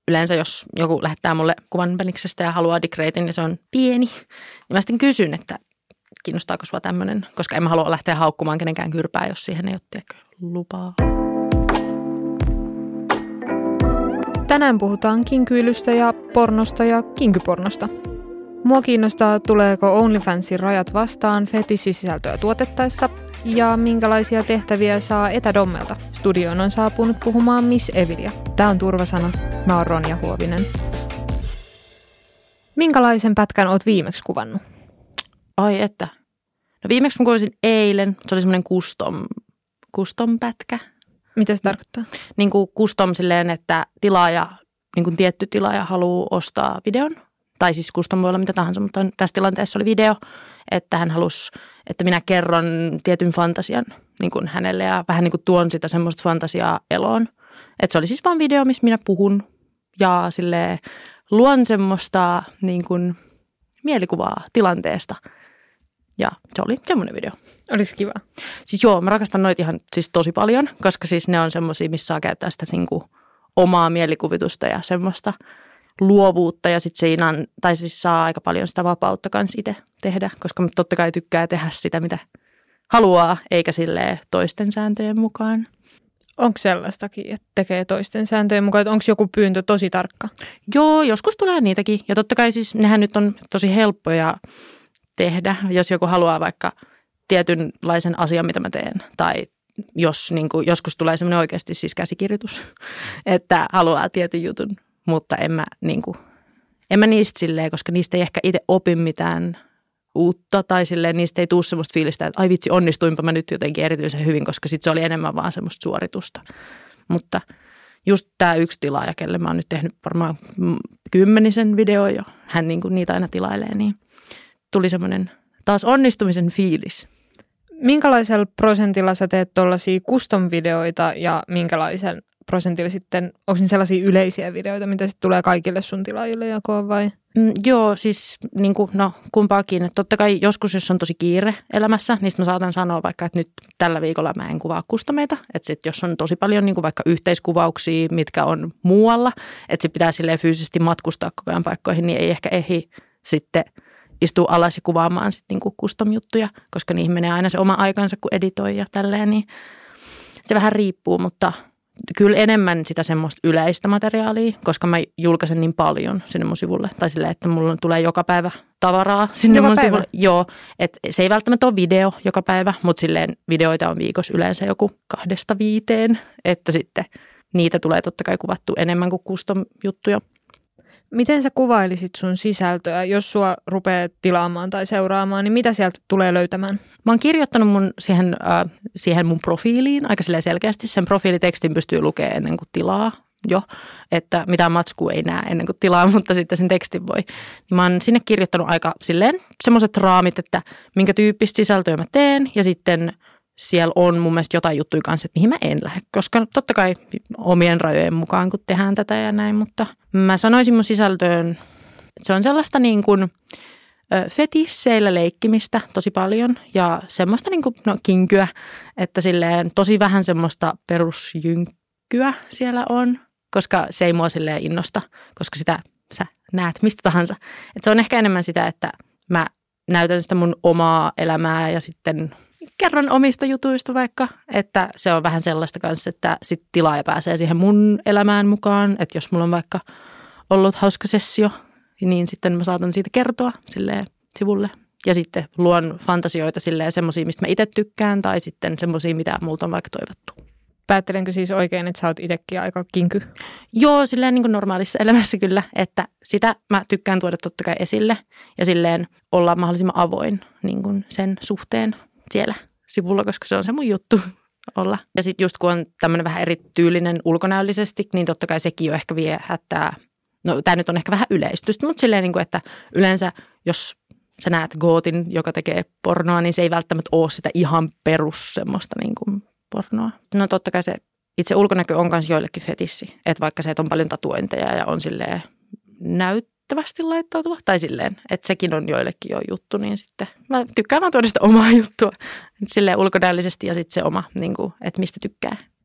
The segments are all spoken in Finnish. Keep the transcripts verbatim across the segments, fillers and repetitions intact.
yleensä jos joku lähettää mulle kuvan peniksestä ja haluaa dickreitin ja se on pieni, niin mä sitten kysyn, että kiinnostaako sua tämmöinen, koska en mä halua lähteä haukkumaan kenenkään kyrpää, jos siihen ei ole tiedäkö, lupaa. Tänään puhutaan kinkyilystä ja pornosta ja kinkypornosta. Mua kiinnostaa, tuleeko OnlyFansin rajat vastaan fetissisisältöä tuotettaessa ja minkälaisia tehtäviä saa etädommelta. Studioon on saapunut puhumaan Miss Evilia. Tää on Turvasana. Mä oon Ronja Huovinen. Minkälaisen pätkän oot viimeksi kuvannut? Ai että. No viimeksi mä kuvasin eilen. Se oli semmoinen custom, custom pätkä. Mitä se tarkoittaa? Niin kuin custom silleen, että tilaaja, niin kuin tietty tilaaja haluaa ostaa videon. Tai siis custom voi olla mitä tahansa, mutta tässä tilanteessa oli video, että hän halusi, että minä kerron tietyn fantasian niin kuin hänelle ja vähän niin kuin tuon sitä semmoista fantasiaa eloon. Että se oli siis vaan video, missä minä puhun ja silleen luon semmoista niin kuin mielikuvaa tilanteesta. Ja se oli semmoinen video. Oliko kiva? Siis joo, mä rakastan noita ihan siis tosi paljon, koska siis ne on semmoisia, missä saa käyttää sitä niin kuin omaa mielikuvitusta ja semmoista luovuutta ja sitten siinä on, tai siis saa aika paljon sitä vapautta kanssa itse tehdä, koska totta kai tykkää tehdä sitä, mitä haluaa, eikä silleen toisten sääntöjen mukaan. Onko sellaistakin, että tekee toisten sääntöjen mukaan, että onko joku pyyntö tosi tarkka? Joo, joskus tulee niitäkin ja totta kai siis nehän nyt on tosi helppoja tehdä, jos joku haluaa vaikka tietynlaisen asian, mitä mä teen, tai jos niin kuin, joskus tulee semmoinen oikeasti siis käsikirjoitus, että haluaa tietyn jutun. Mutta en mä, niin kuin, en mä niistä silleen, koska niistä ei ehkä itse opi mitään uutta tai silleen niistä ei tule semmoista fiilistä, että ai vitsi onnistuinpa mä nyt jotenkin erityisen hyvin, koska sitten se oli enemmän vaan semmoista suoritusta. Mutta just tämä yksi tilaaja, kelle mä oon nyt tehnyt varmaan kymmenisen videoa jo, hän niin kuin niitä aina tilailee, niin tuli semmoinen taas onnistumisen fiilis. Minkälaisella prosentilla sä teet tuollaisia custom-videoita ja minkälaisen prosentilla sitten, onko ne sellaisia yleisiä videoita, mitä sitten tulee kaikille sun tilaajille jakoon vai? Mm, joo, siis niin kuin, no kumpaakin. Että totta kai joskus, jos on tosi kiire elämässä, niin mä saatan sanoa vaikka, että nyt tällä viikolla mä en kuvaa kustomeita. Että sitten jos on tosi paljon niin kuin vaikka yhteiskuvauksia, mitkä on muualla, että sitten pitää silleen fyysisesti matkustaa koko ajan paikkoihin, niin ei ehkä ehdi sitten istua alas ja kuvaamaan sitten niin kuin custom-juttuja, koska niihin menee aina se oma aikansa, kun editoi ja tälleen, niin se vähän riippuu, mutta kyllä enemmän sitä semmoista yleistä materiaalia, koska mä julkaisen niin paljon sinne mun sivulle. Tai silleen, että mulla tulee joka päivä tavaraa sinne joka mun päivä? sivulle. Joo, että se ei välttämättä ole video joka päivä, mutta silleen videoita on viikossa yleensä joku kahdesta viiteen. Että sitten niitä tulee totta kai kuvattua enemmän kuin custom-juttuja. Miten sä kuvailisit sun sisältöä, jos sua rupeaa tilaamaan tai seuraamaan, niin mitä sieltä tulee löytämään? Mä oon kirjoittanut mun siihen, äh, siihen mun profiiliin aika selkeästi. Sen profiilitekstin pystyy lukemaan ennen kuin tilaa jo, että mitään matskua ei näe ennen kuin tilaa, mutta sitten sen tekstin voi. Niin mä oon sinne kirjoittanut aika silleen semmoiset raamit, että minkä tyyppistä sisältöä mä teen ja sitten siellä on mun mielestä jotain juttuja kanssa, että mihin mä en lähde, koska totta kai omien rajojen mukaan, kun tehdään tätä ja näin, mutta mä sanoisin mun sisältöön, että se on sellaista niin kuin fetisseillä leikkimistä tosi paljon ja semmoista niin kuin, no, kinkyä, että silleen tosi vähän semmoista perusjynkkyä siellä on, koska se ei mua silleen innosta, koska sitä sä näet mistä tahansa. Et se on ehkä enemmän sitä, että mä näytän sitä mun omaa elämää ja sitten kerron omista jutuista vaikka, että se on vähän sellaista kanssa, että sitten tilaaja pääsee siihen mun elämään mukaan, että jos mulla on vaikka ollut hauska sessio, niin sitten mä saatan siitä kertoa silleen sivulle. Ja sitten luon fantasioita silleen semmoisia, mistä mä itse tykkään, tai sitten semmoisia, mitä multa on vaikka toivottu. Päättelenkö siis oikein, että sä oot itsekin aika kinky? Joo, silleen niin kuin normaalissa elämässä kyllä, että sitä mä tykkään tuoda totta kai esille ja silleen olla mahdollisimman avoin niin kuin sen suhteen siellä sivulla, koska se on se mun juttu olla. Ja sitten just kun on tämmöinen vähän erityylinen ulkonäöllisesti, niin totta kai sekin jo ehkä viehättää. No tämä nyt on ehkä vähän yleistystä, mutta silleen, niin kuin, että yleensä jos sä näet gootin, joka tekee pornoa, niin se ei välttämättä ole sitä ihan perus semmoista niin kuin pornoa. No totta kai se itse ulkonäkö on myös joillekin fetissi, että vaikka se, että on paljon tatuointeja ja on silleen näyttävästi laittautuva, tai silleen, että sekin on joillekin jo juttu, niin sitten mä tykkään vaan tuoda sitä omaa juttua silleen ulkonäöllisesti ja sitten se oma, niin kuin, että mistä tykkää.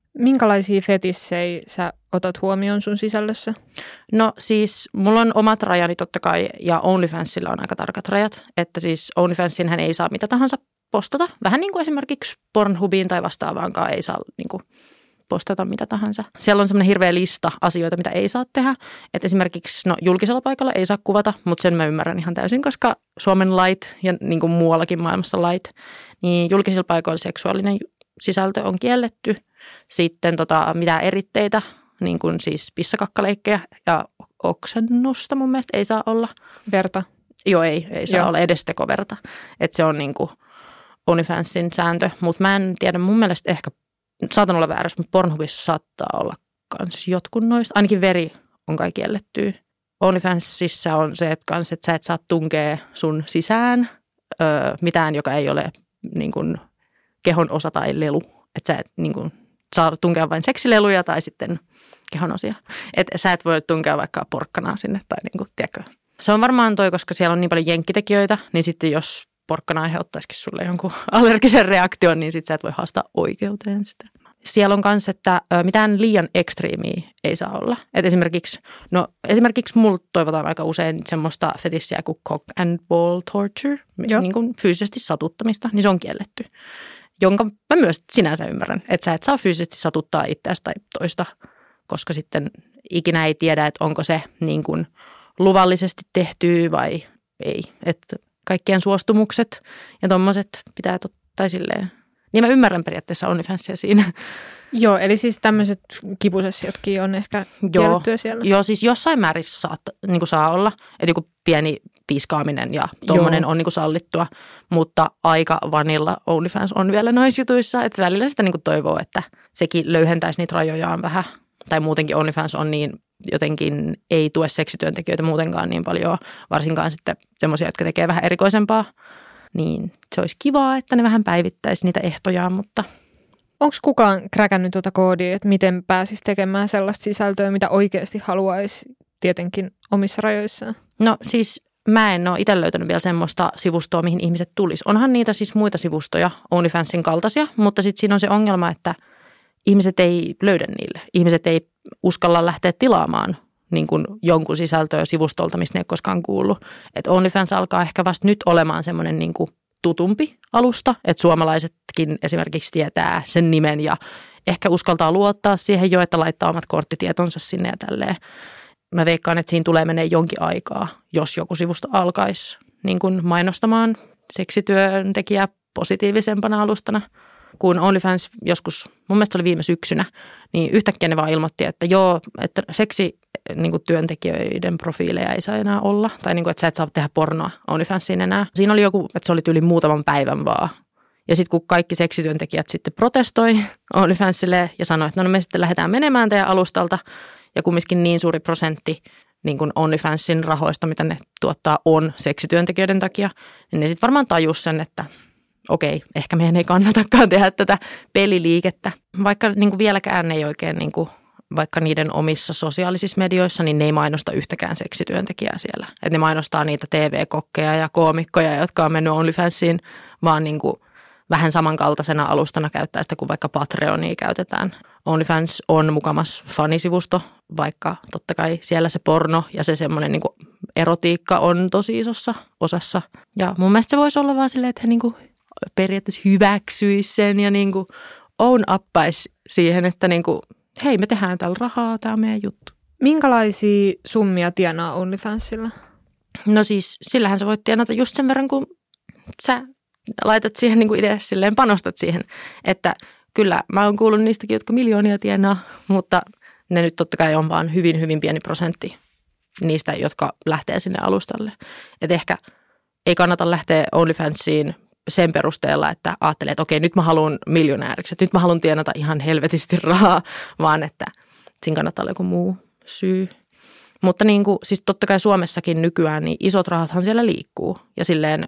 Minkälaisia fetissejä sä otat huomioon sun sisällössä? No siis mulla on omat rajani totta kai ja OnlyFansilla on aika tarkat rajat. Että siis OnlyFansinhän ei saa mitä tahansa postata. Vähän niin kuin esimerkiksi Pornhubiin tai vastaavaankaan ei saa niin kuin postata mitä tahansa. Siellä on semmoinen hirveä lista asioita, mitä ei saa tehdä. Että esimerkiksi no, julkisella paikalla ei saa kuvata, mutta sen mä ymmärrän ihan täysin, koska Suomen lait ja niin kuin muuallakin maailmassa lait, niin julkisilla paikoilla seksuaalinen sisältö on kielletty. Sitten tota, mitään eritteitä, niin kuin siis pissakakkaleikkejä ja oksennusta mun mielestä ei saa olla. Verta? Joo, ei, ei saa Joo. olla edes tekoverta. Että se on niin kuin OnlyFansin sääntö, mutta mä en tiedä, mun mielestä ehkä, saatan olla väärässä, mutta Pornhubissa saattaa olla kans jotkut noista. Ainakin veri on kai kiellettyä. OnlyFansissa on se, että, kans, että sä et saa tunkea sun sisään öö, mitään, joka ei ole niin kuin kehon osa tai lelu. Että sä et niin kuin saa tunkea vain seksileluja tai sitten kehon osia. Että sä et voi tunkea vaikka porkkanaa sinne tai niin kuin, tiedätkö. Se on varmaan toi, koska siellä on niin paljon jenkkitekijöitä, niin sitten jos porkkana aiheuttaisikin sulle jonkun allergisen reaktion, niin sitten sä et voi haastaa oikeuteen sitä. Siellä on myös, että mitään liian ekstriimiä ei saa olla. Et esimerkiksi, no esimerkiksi mulla toivotaan aika usein semmoista fetissiä kuin cock and ball torture, niin kuin fyysisesti satuttamista, niin se on kielletty. Jonka mä myös sinänsä ymmärrän, että sä et saa fyysisesti satuttaa itseäsi tai toista, koska sitten ikinä ei tiedä, että onko se niin kuin luvallisesti tehty vai ei. Että kaikkien suostumukset ja tommoset pitää totta silleen. Niin mä ymmärrän periaatteessa OnlyFansia siinä. Joo, eli siis tämmöiset kipusessiotkin on ehkä kiellettyä siellä. Joo, siis jossain määrin saa, niin kuin saa olla, että joku pieni piiskaaminen ja tommonen Joo. on niin kuin sallittua, mutta aika vanilla OnlyFans on vielä noissa jutuissa, että välillä sitä niin kuin toivoo, että sekin löyhentäisi niitä rajojaan vähän. Tai muutenkin OnlyFans on niin jotenkin ei tue seksityöntekijöitä muutenkaan niin paljon, varsinkaan sitten semmoisia, jotka tekee vähän erikoisempaa. Niin se olisi kivaa, että ne vähän päivittäisi niitä ehtojaan, mutta onko kukaan kräkännyt tuota koodia, että miten pääsisi tekemään sellaista sisältöä, mitä oikeasti haluaisi tietenkin omissa rajoissaan? No siis mä en ole itse löytänyt vielä semmoista sivustoa, mihin ihmiset tulisi. Onhan niitä siis muita sivustoja, OnlyFansin kaltaisia, mutta sitten siinä on se ongelma, että ihmiset ei löydä niille. Ihmiset ei uskalla lähteä tilaamaan niin kuin jonkun sisältöä sivustolta, mistä ne ei koskaan kuullut. Että OnlyFans alkaa ehkä vasta nyt olemaan semmoinen niin kuin tutumpi alusta, että suomalaisetkin esimerkiksi tietää sen nimen ja ehkä uskaltaa luottaa siihen jo, että laittaa omat korttitietonsa sinne ja tälleen. Mä veikkaan, että siinä tulee menee jonkin aikaa, jos joku sivusto alkaisi niin kuin mainostamaan seksityöntekijää positiivisempana alustana. Kun OnlyFans joskus, mun mielestä oli viime syksynä, niin yhtäkkiä ne vaan ilmoitti, että joo, että seksi niin kuin työntekijöiden profiileja ei saa enää olla. Tai niin kuin, että sä et saa tehdä pornoa OnlyFansiin enää. Siinä oli joku, että se oli yli muutaman päivän vaan. Ja sitten kun kaikki seksityöntekijät sitten protestoi OnlyFansille ja sanoi, että no me sitten lähdetään menemään teidän alustalta. Ja kumminkin niin suuri prosentti niin kuin OnlyFansin rahoista, mitä ne tuottaa, on seksityöntekijöiden takia. Niin ne sitten varmaan tajus sen, että okei, ehkä meidän ei kannatakaan tehdä tätä peliliikettä. Vaikka niin kuin vieläkään ei oikein, niin kuin, vaikka niiden omissa sosiaalisissa medioissa, niin ne ei mainosta yhtäkään seksityöntekijää siellä. Että ne mainostaa niitä T V-kokkeja ja koomikkoja, jotka on mennyt OnlyFansiin, vaan niin kuin vähän samankaltaisena alustana käyttää sitä kuin vaikka Patreonia käytetään. OnlyFans on mukamas fanisivusto, vaikka totta kai siellä se porno ja se semmoinen niin kuin erotiikka on tosi isossa osassa. Ja mun mielestä se voisi olla vaan silleen, että he niin kuin periaatteessa hyväksyisi sen ja niin kuin own uppaisi siihen, että niin kuin, hei, me tehdään täällä rahaa, tämä on meidän juttu. Minkälaisia summia tienaa OnlyFansilla? No siis sillähän sä voit tienata just sen verran, kun sä laitat siihen niin kuin itse silleen, panostat siihen, että kyllä mä oon kuullut niistäkin, jotka miljoonia tienaa, mutta ne nyt totta kai on vaan hyvin, hyvin pieni prosentti niistä, jotka lähtee sinne alustalle. Että ehkä ei kannata lähteä OnlyFansiin sen perusteella, että ajattelee, että okei, nyt mä haluan miljonääriksi, että nyt mä haluan tienata ihan helvetisti rahaa, vaan että siinä kannattaa olla joku muu syy. Mutta niin kuin, siis totta kai Suomessakin nykyään, niin isot rahathan siellä liikkuu ja silleen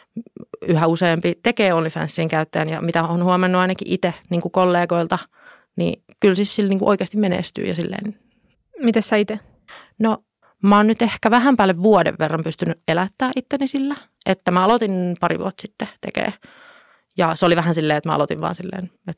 yhä useampi tekee OnlyFansien käyttäjän ja mitä on huomannut ainakin itse niin kuin kollegoilta, niin kyllä siis sillä niin kuin oikeasti menestyy ja silleen. Mites sä itse? No mä oon nyt ehkä vähän päälle vuoden verran pystynyt elättämään itteni sillä, että mä aloitin pari vuotta sitten tekee. Ja se oli vähän silleen, että mä aloitin vaan silleen, että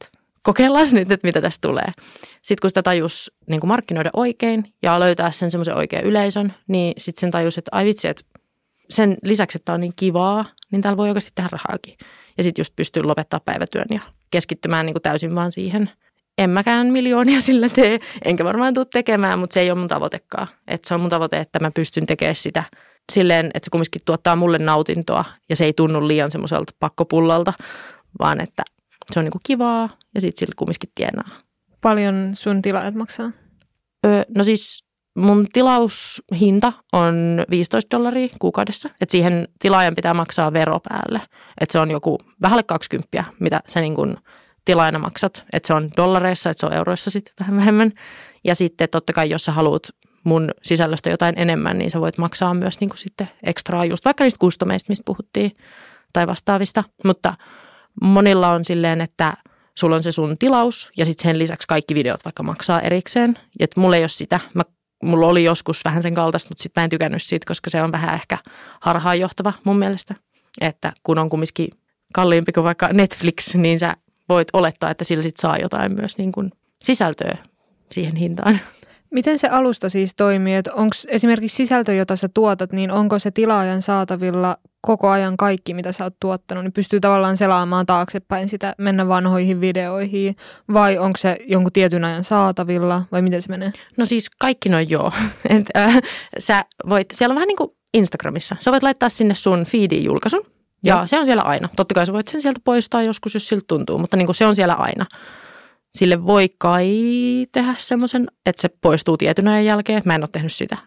kokeillaan nyt, että mitä tästä tulee. Sitten kun sitä tajus niin kuin markkinoida oikein ja löytää sen semmoisen oikean yleisön, niin sitten sen tajus, että ai vitsi, että sen lisäksi, että on niin kivaa, niin täällä voi oikeasti tehdä rahaakin. Ja sitten just pystyy lopettaa päivätyön ja keskittymään niin kuin täysin vaan siihen. En mäkään miljoonia sillä tee, enkä varmaan tule tekemään, mutta se ei ole mun tavoitekaan. Että se on mun tavoite, että mä pystyn tekemään sitä silleen, että se kumminkin tuottaa mulle nautintoa ja se ei tunnu liian semmoiselta pakkopullalta, vaan että se on niinku kivaa ja sitten sillä kumminkin tienaa. Paljon sun tilaajat maksaa? Öö, no siis mun tilaushinta on viisitoista dollaria kuukaudessa, että siihen tilaajan pitää maksaa vero päälle. Että se on joku vähälle kaksikymmentä, mitä sä niin kuin tilaajana maksat. Että se on dollareissa, että se on euroissa sitten vähän vähemmän. Ja sitten totta kai, jos sä haluat mun sisällöstä jotain enemmän, niin sä voit maksaa myös niin kuin sitten ekstraa just vaikka niistä customeista, mistä puhuttiin, tai vastaavista. Mutta monilla on silleen, että sulla on se sun tilaus ja sitten sen lisäksi kaikki videot vaikka maksaa erikseen. Että mulla ei ole sitä. Mä, mulla oli joskus vähän sen kaltaista, mutta sitten mä en tykännyt siitä, koska se on vähän ehkä harhaanjohtava mun mielestä. Että kun on kumminkin kalliimpi kuin vaikka Netflix, niin sä voit olettaa, että sillä sit saa jotain myös niin kuin sisältöä siihen hintaan. Miten se alusta siis toimii? Onko esimerkiksi sisältö, jota sä tuotat, niin onko se tilaajan saatavilla koko ajan kaikki, mitä sä oot tuottanut? Niin pystyy tavallaan selaamaan taaksepäin sitä, mennä vanhoihin videoihin, vai onko se jonkun tietyn ajan saatavilla, vai miten se menee? No siis kaikki noin joo. Et, äh, sä voit, siellä on vähän niin kuin Instagramissa. Sä voit laittaa sinne sun feediin julkaisun, ja Joo. se on siellä aina. Totta kai sä voit sen sieltä poistaa joskus, jos siltä tuntuu, mutta niin kuin se on siellä aina. Sille voi kai tehdä semmoisen, että se poistuu tietyn ajan jälkeen. Mä en ole tehnyt sitä.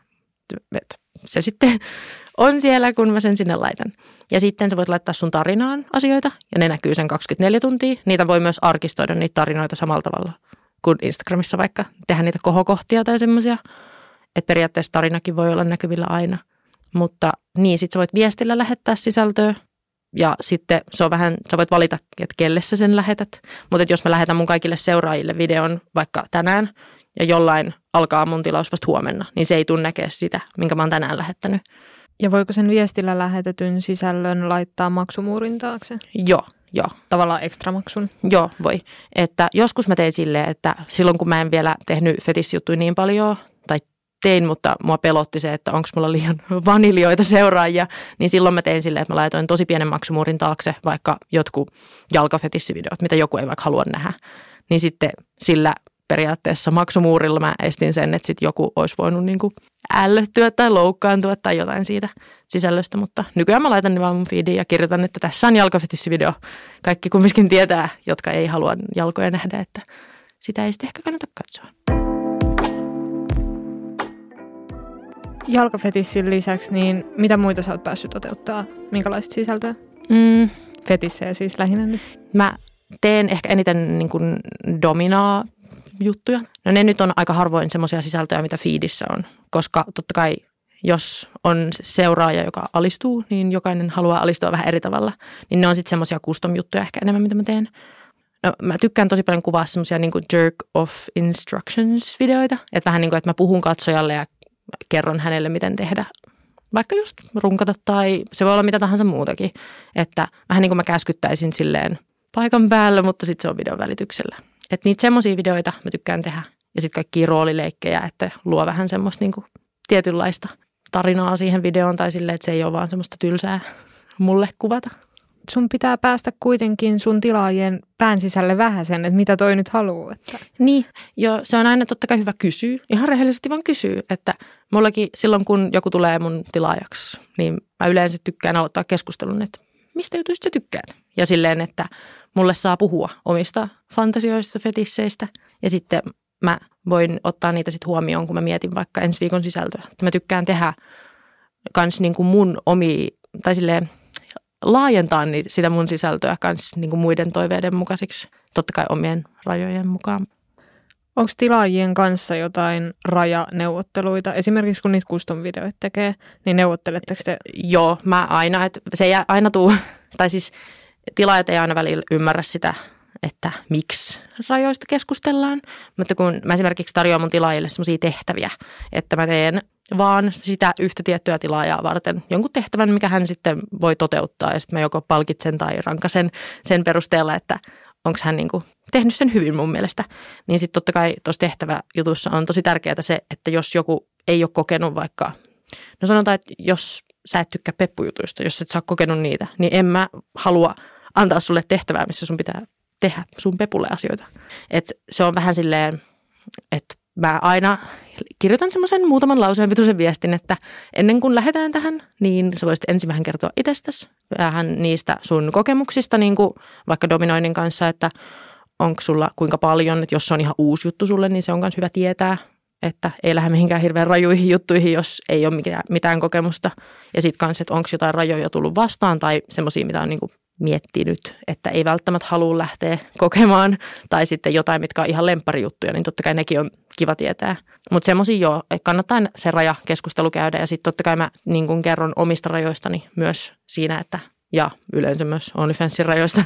Se sitten on siellä, kun mä sen sinne laitan. Ja sitten sä voit laittaa sun tarinaan asioita, ja ne näkyy sen kaksikymmentäneljä tuntia. Niitä voi myös arkistoida niitä tarinoita samalla tavalla kuin Instagramissa vaikka. Tehdä niitä kohokohtia tai semmoisia. Että periaatteessa tarinakin voi olla näkyvillä aina. Mutta niin, sit sä voit viestillä lähettää sisältöä. Ja sitten se on vähän, sä voit valita, että kelle sä sen lähetät. Mutta jos mä lähetän mun kaikille seuraajille videon vaikka tänään ja jollain alkaa mun tilaus vasta huomenna, niin se ei tule näkeä sitä, minkä mä oon tänään lähettänyt. Ja voiko sen viestillä lähetetyn sisällön laittaa maksumuurin taakse? Joo, joo. Tavallaan ekstramaksun? Joo, voi. Että joskus mä tein silleen, että silloin kun mä en vielä tehnyt fetissijuttuja niin paljon, tai tein, mutta mua pelotti se, että onko mulla liian vaniljoita seuraajia, niin silloin mä tein silleen, että mä laitoin tosi pienen maksumuurin taakse vaikka jotkut jalkafetissivideot, mitä joku ei vaikka halua nähdä. Niin sitten sillä periaatteessa maksumuurilla mä estin sen, että sitten joku olisi voinut niinku ällöttyä tai loukkaantua tai jotain siitä sisällöstä, mutta nykyään mä laitan ne vaan mun feediin ja kirjoitan, että tässä on jalkafetissivideo. Kaikki kumminkin tietää, jotka ei halua jalkoja nähdä, että sitä ei sitten ehkä kannata katsoa. Jalkafetissin lisäksi, niin mitä muita sä oot päässyt toteuttaa? Minkälaista sisältöä? Mm. Fetissejä siis lähinnä nyt. Mä teen ehkä eniten niin kuin dominaa juttuja. No ne nyt on aika harvoin semmoisia sisältöjä, mitä feedissä on, koska totta kai jos on seuraaja, joka alistuu, niin jokainen haluaa alistua vähän eri tavalla. Niin ne on sitten semmoisia custom-juttuja ehkä enemmän, mitä mä teen. No, mä tykkään tosi paljon kuvaa semmoisia niin kuin jerk of instructions-videoita. Että vähän niin kuin, että mä puhun katsojalle ja kerron hänelle, miten tehdä. Vaikka just runkata tai se voi olla mitä tahansa muutakin. Että vähän niin kuin mä käskyttäisin silleen paikan päällä, mutta sitten se on videon välityksellä. Että niitä semmoisia videoita mä tykkään tehdä. Ja sitten kaikkia roolileikkejä, että luo vähän semmoista niin kuin tietynlaista tarinaa siihen videoon tai silleen, että se ei ole vaan semmoista tylsää mulle kuvata. Sun pitää päästä kuitenkin sun tilaajien pään sisälle vähän sen, että mitä toi nyt haluaa. Että. Niin, joo, se on aina totta kai hyvä kysyä. Ihan rehellisesti vaan kysyä, että mullakin silloin kun joku tulee mun tilaajaksi, niin mä yleensä tykkään aloittaa keskustelun, että mistä jutuista sä tykkäät? Ja silleen, että mulle saa puhua omista fantasioista, fetisseistä ja sitten mä voin ottaa niitä sitten huomioon, kun mä mietin vaikka ensi viikon sisältöä. Että mä tykkään tehdä kans niin kuin mun omi, tai silleen laajentaa niitä, sitä mun sisältöä kans niin kuin muiden toiveiden mukaisiksi, totta kai omien rajojen mukaan. Onko tilaajien kanssa jotain rajaneuvotteluita? Esimerkiksi kun niitä custom-videoita tekee, niin neuvotteletteko te? Joo, mä aina, että se ei aina tule, tai siis tilaajat ei aina välillä ymmärrä sitä, että miksi rajoista keskustellaan. Mutta kun mä esimerkiksi tarjoan mun tilaajille semmoisia tehtäviä, että mä teen vaan sitä yhtä tiettyä tilaajaa varten jonkun tehtävän, mikä hän sitten voi toteuttaa. Ja sitten mä joko palkitsen tai rankasen sen perusteella, että onko hän niin kuin tehnyt sen hyvin mun mielestä. Niin sitten totta kai tuossa tehtäväjutussa on tosi tärkeää se, että jos joku ei ole kokenut vaikka, no sanotaan, että jos sä et tykkää peppujutuista, jos et sä ole kokenut niitä, niin en mä halua antaa sulle tehtävää, missä sun pitää tehdä sun pepulle asioita. Et se on vähän silleen, että mä aina kirjoitan semmoisen muutaman lauseen pituisen viestin, että ennen kuin lähdetään tähän, niin sä voisit ensin vähän kertoa itsestäsi, vähän niistä sun kokemuksista, niin kuin vaikka dominoinnin kanssa, että onko sulla kuinka paljon, että jos se on ihan uusi juttu sulle, niin se on myös hyvä tietää, että ei lähde mihinkään hirveän rajuihin juttuihin, jos ei ole mitään kokemusta. Ja sitten kanssa, että onko jotain rajoja tullut vastaan tai semmoisia, mitä on niin kuin miettinyt, että ei välttämättä halua lähteä kokemaan, tai sitten jotain, mitkä on ihan lempparijuttuja, niin totta kai nekin on kiva tietää. Mutta semmoisia joo, kannattaa se rajakeskustelu käydä, ja sitten totta kai mä niin kun kerron omista rajoistani myös siinä, että ja yleensä myös OnlyFansin rajoista.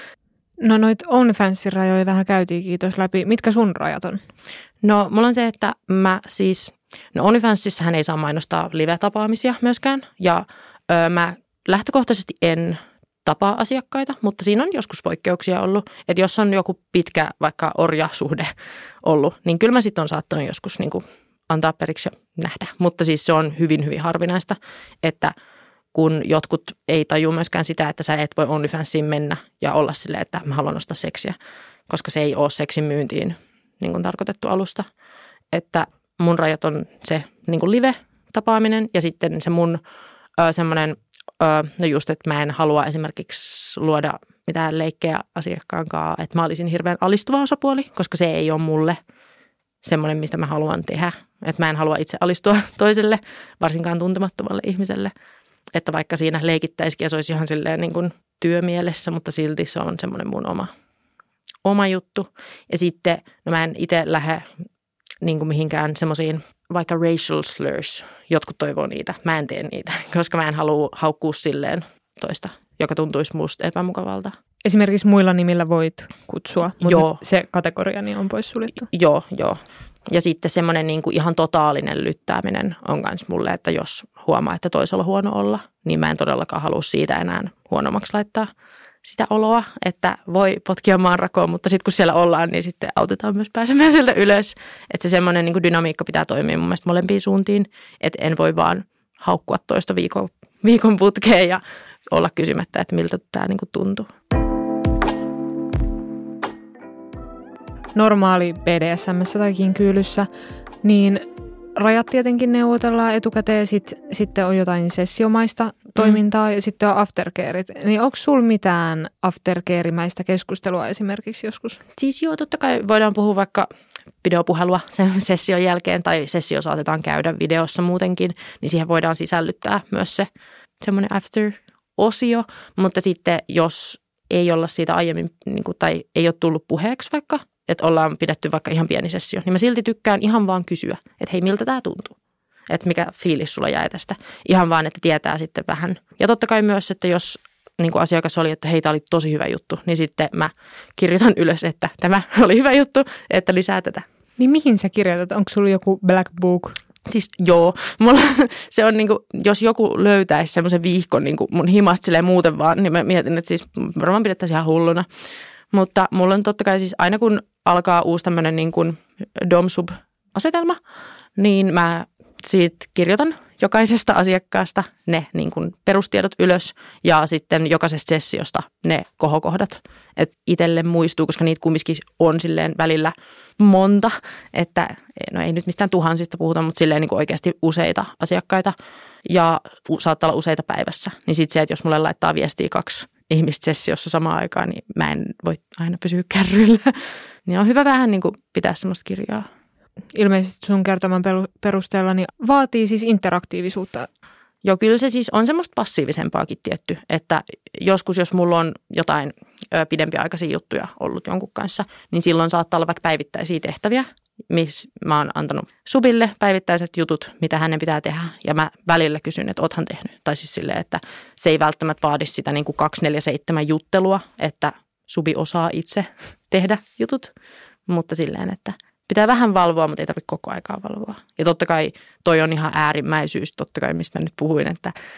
No noit OnlyFansin rajoja vähän käytiin kiitos läpi. Mitkä sun rajat on? No mulla on se, että mä siis, no OnlyFansissahän ei saa mainostaa live-tapaamisia myöskään, ja ö, mä lähtökohtaisesti en tapaa asiakkaita, mutta siinä on joskus poikkeuksia ollut, että jos on joku pitkä vaikka orjasuhde ollut, niin kyllä mä sitten on saattanut joskus niin kuin antaa periksi ja nähdä, mutta siis se on hyvin, hyvin harvinaista, että kun jotkut ei taju myöskään sitä, että sä et voi OnlyFansiin mennä ja olla silleen, että mä haluan ostaa seksiä, koska se ei ole seksin myyntiin niin kuin tarkoitettu alusta, että mun rajat on se niin kuin live-tapaaminen ja sitten se mun ö, semmoinen, no just, että mä en halua esimerkiksi luoda mitään leikkejä asiakkaan kanssa, että mä olisin hirveän alistuva osapuoli, koska se ei ole mulle semmoinen, mitä mä haluan tehdä. Että mä en halua itse alistua toiselle, varsinkaan tuntemattomalle ihmiselle. Että vaikka siinä leikittäisikin ja se olisi ihan silleen niin kuin työmielessä, mutta silti se on semmoinen mun oma, oma juttu. Ja sitten, no mä en itse lähde niin kuin mihinkään semmoisiin vaikka racial slurs, jotkut toivoo niitä, mä en tee niitä, koska mä en halua haukkua silleen toista, joka tuntuisi musta epämukavalta. Esimerkiksi muilla nimillä voit kutsua, mutta joo. Se kategoria niin on pois suljettu. Joo, joo. Ja sitten semmoinen niin kuin ihan totaalinen lyttääminen on myös mulle, että jos huomaa, että toisella on huono olla, niin mä en todellakaan halua siitä enää huonommaksi laittaa sitä oloa, että voi potkia maanrakoon, mutta sitten kun siellä ollaan, niin sitten autetaan myös pääsemään sieltä ylös. Että se semmoinen niin kuin dynamiikka pitää toimia mun mielestä molempiin suuntiin, että en voi vaan haukkua toista viikon, viikon putkeen ja olla kysymättä, että miltä tämä niin kuin tuntuu. Normaali B D S M:ssä tai kinkyylyssä, niin rajat tietenkin neuvotellaan etukäteen, sit, sitten on jotain sessiomaista toimintaa mm. ja sitten on aftercareit. Niin onko sulla mitään aftercareimäistä keskustelua esimerkiksi joskus? Siis joo, totta kai voidaan puhua vaikka videopuhelua sen session jälkeen tai sessio saatetaan käydä videossa muutenkin, niin siihen voidaan sisällyttää myös se semmoinen after-osio, mutta sitten jos ei olla siitä aiemmin niin kuin, tai ei ole tullut puheeksi vaikka, että ollaan pidetty vaikka ihan pieni sessio, niin mä silti tykkään ihan vaan kysyä, että hei, miltä tämä tuntuu? Että mikä fiilis sulla jäi tästä? Ihan vaan, että tietää sitten vähän. Ja totta kai myös, että jos niin kuin asiakas oli, että hei, tämä oli tosi hyvä juttu, niin sitten mä kirjoitan ylös, että tämä oli hyvä juttu, että lisää tätä. Niin mihin sä kirjoitat? Onko sulla joku black book? Siis joo, mulla, se on niinku, jos joku löytäisi semmoisen viihkon niinku mun himasta silleen muuten vaan, niin mä mietin, että siis varmaan pidettäisiin ihan hulluna. Mutta mulla on totta kai siis aina kun alkaa uusi tämmöinen niin kuin dom-sub-asetelma, niin mä siitä kirjoitan jokaisesta asiakkaasta ne niin kuin perustiedot ylös ja sitten jokaisesta sessiosta ne kohokohdat, että itselle muistuu, koska niitä kumminkin on silleen välillä monta, että no ei nyt mistään tuhansista puhuta, mutta silleen niin kuin oikeasti useita asiakkaita ja saattaa olla useita päivässä. Niin sitten se, että jos mulle laittaa viestiä kaksi ihmistä sessiossa samaan aikaan, niin mä en voi aina pysyä kärryillä. Niin on hyvä vähän niin kuin pitää semmoista kirjaa. Ilmeisesti sun kertoman perusteella niin vaatii siis interaktiivisuutta. Joo, kyllä se siis on semmoista passiivisempaakin tietty, että joskus jos mulla on jotain ö, pidempiaikaisia juttuja ollut jonkun kanssa, niin silloin saattaa olla vaikka päivittäisiä tehtäviä, missä mä oon antanut subille päivittäiset jutut, mitä hänen pitää tehdä. Ja mä välillä kysyn, että oothan tehnyt. Tai siis silleen, että se ei välttämättä vaadi sitä niin kuin kaksi neljä seitsemän juttelua, että subi osaa itse tehdä jutut, mutta silleen, että pitää vähän valvoa, mutta ei tarvitse koko aikaa valvoa. Ja totta kai toi on ihan äärimmäisyys, totta kai mistä mä nyt puhuin, että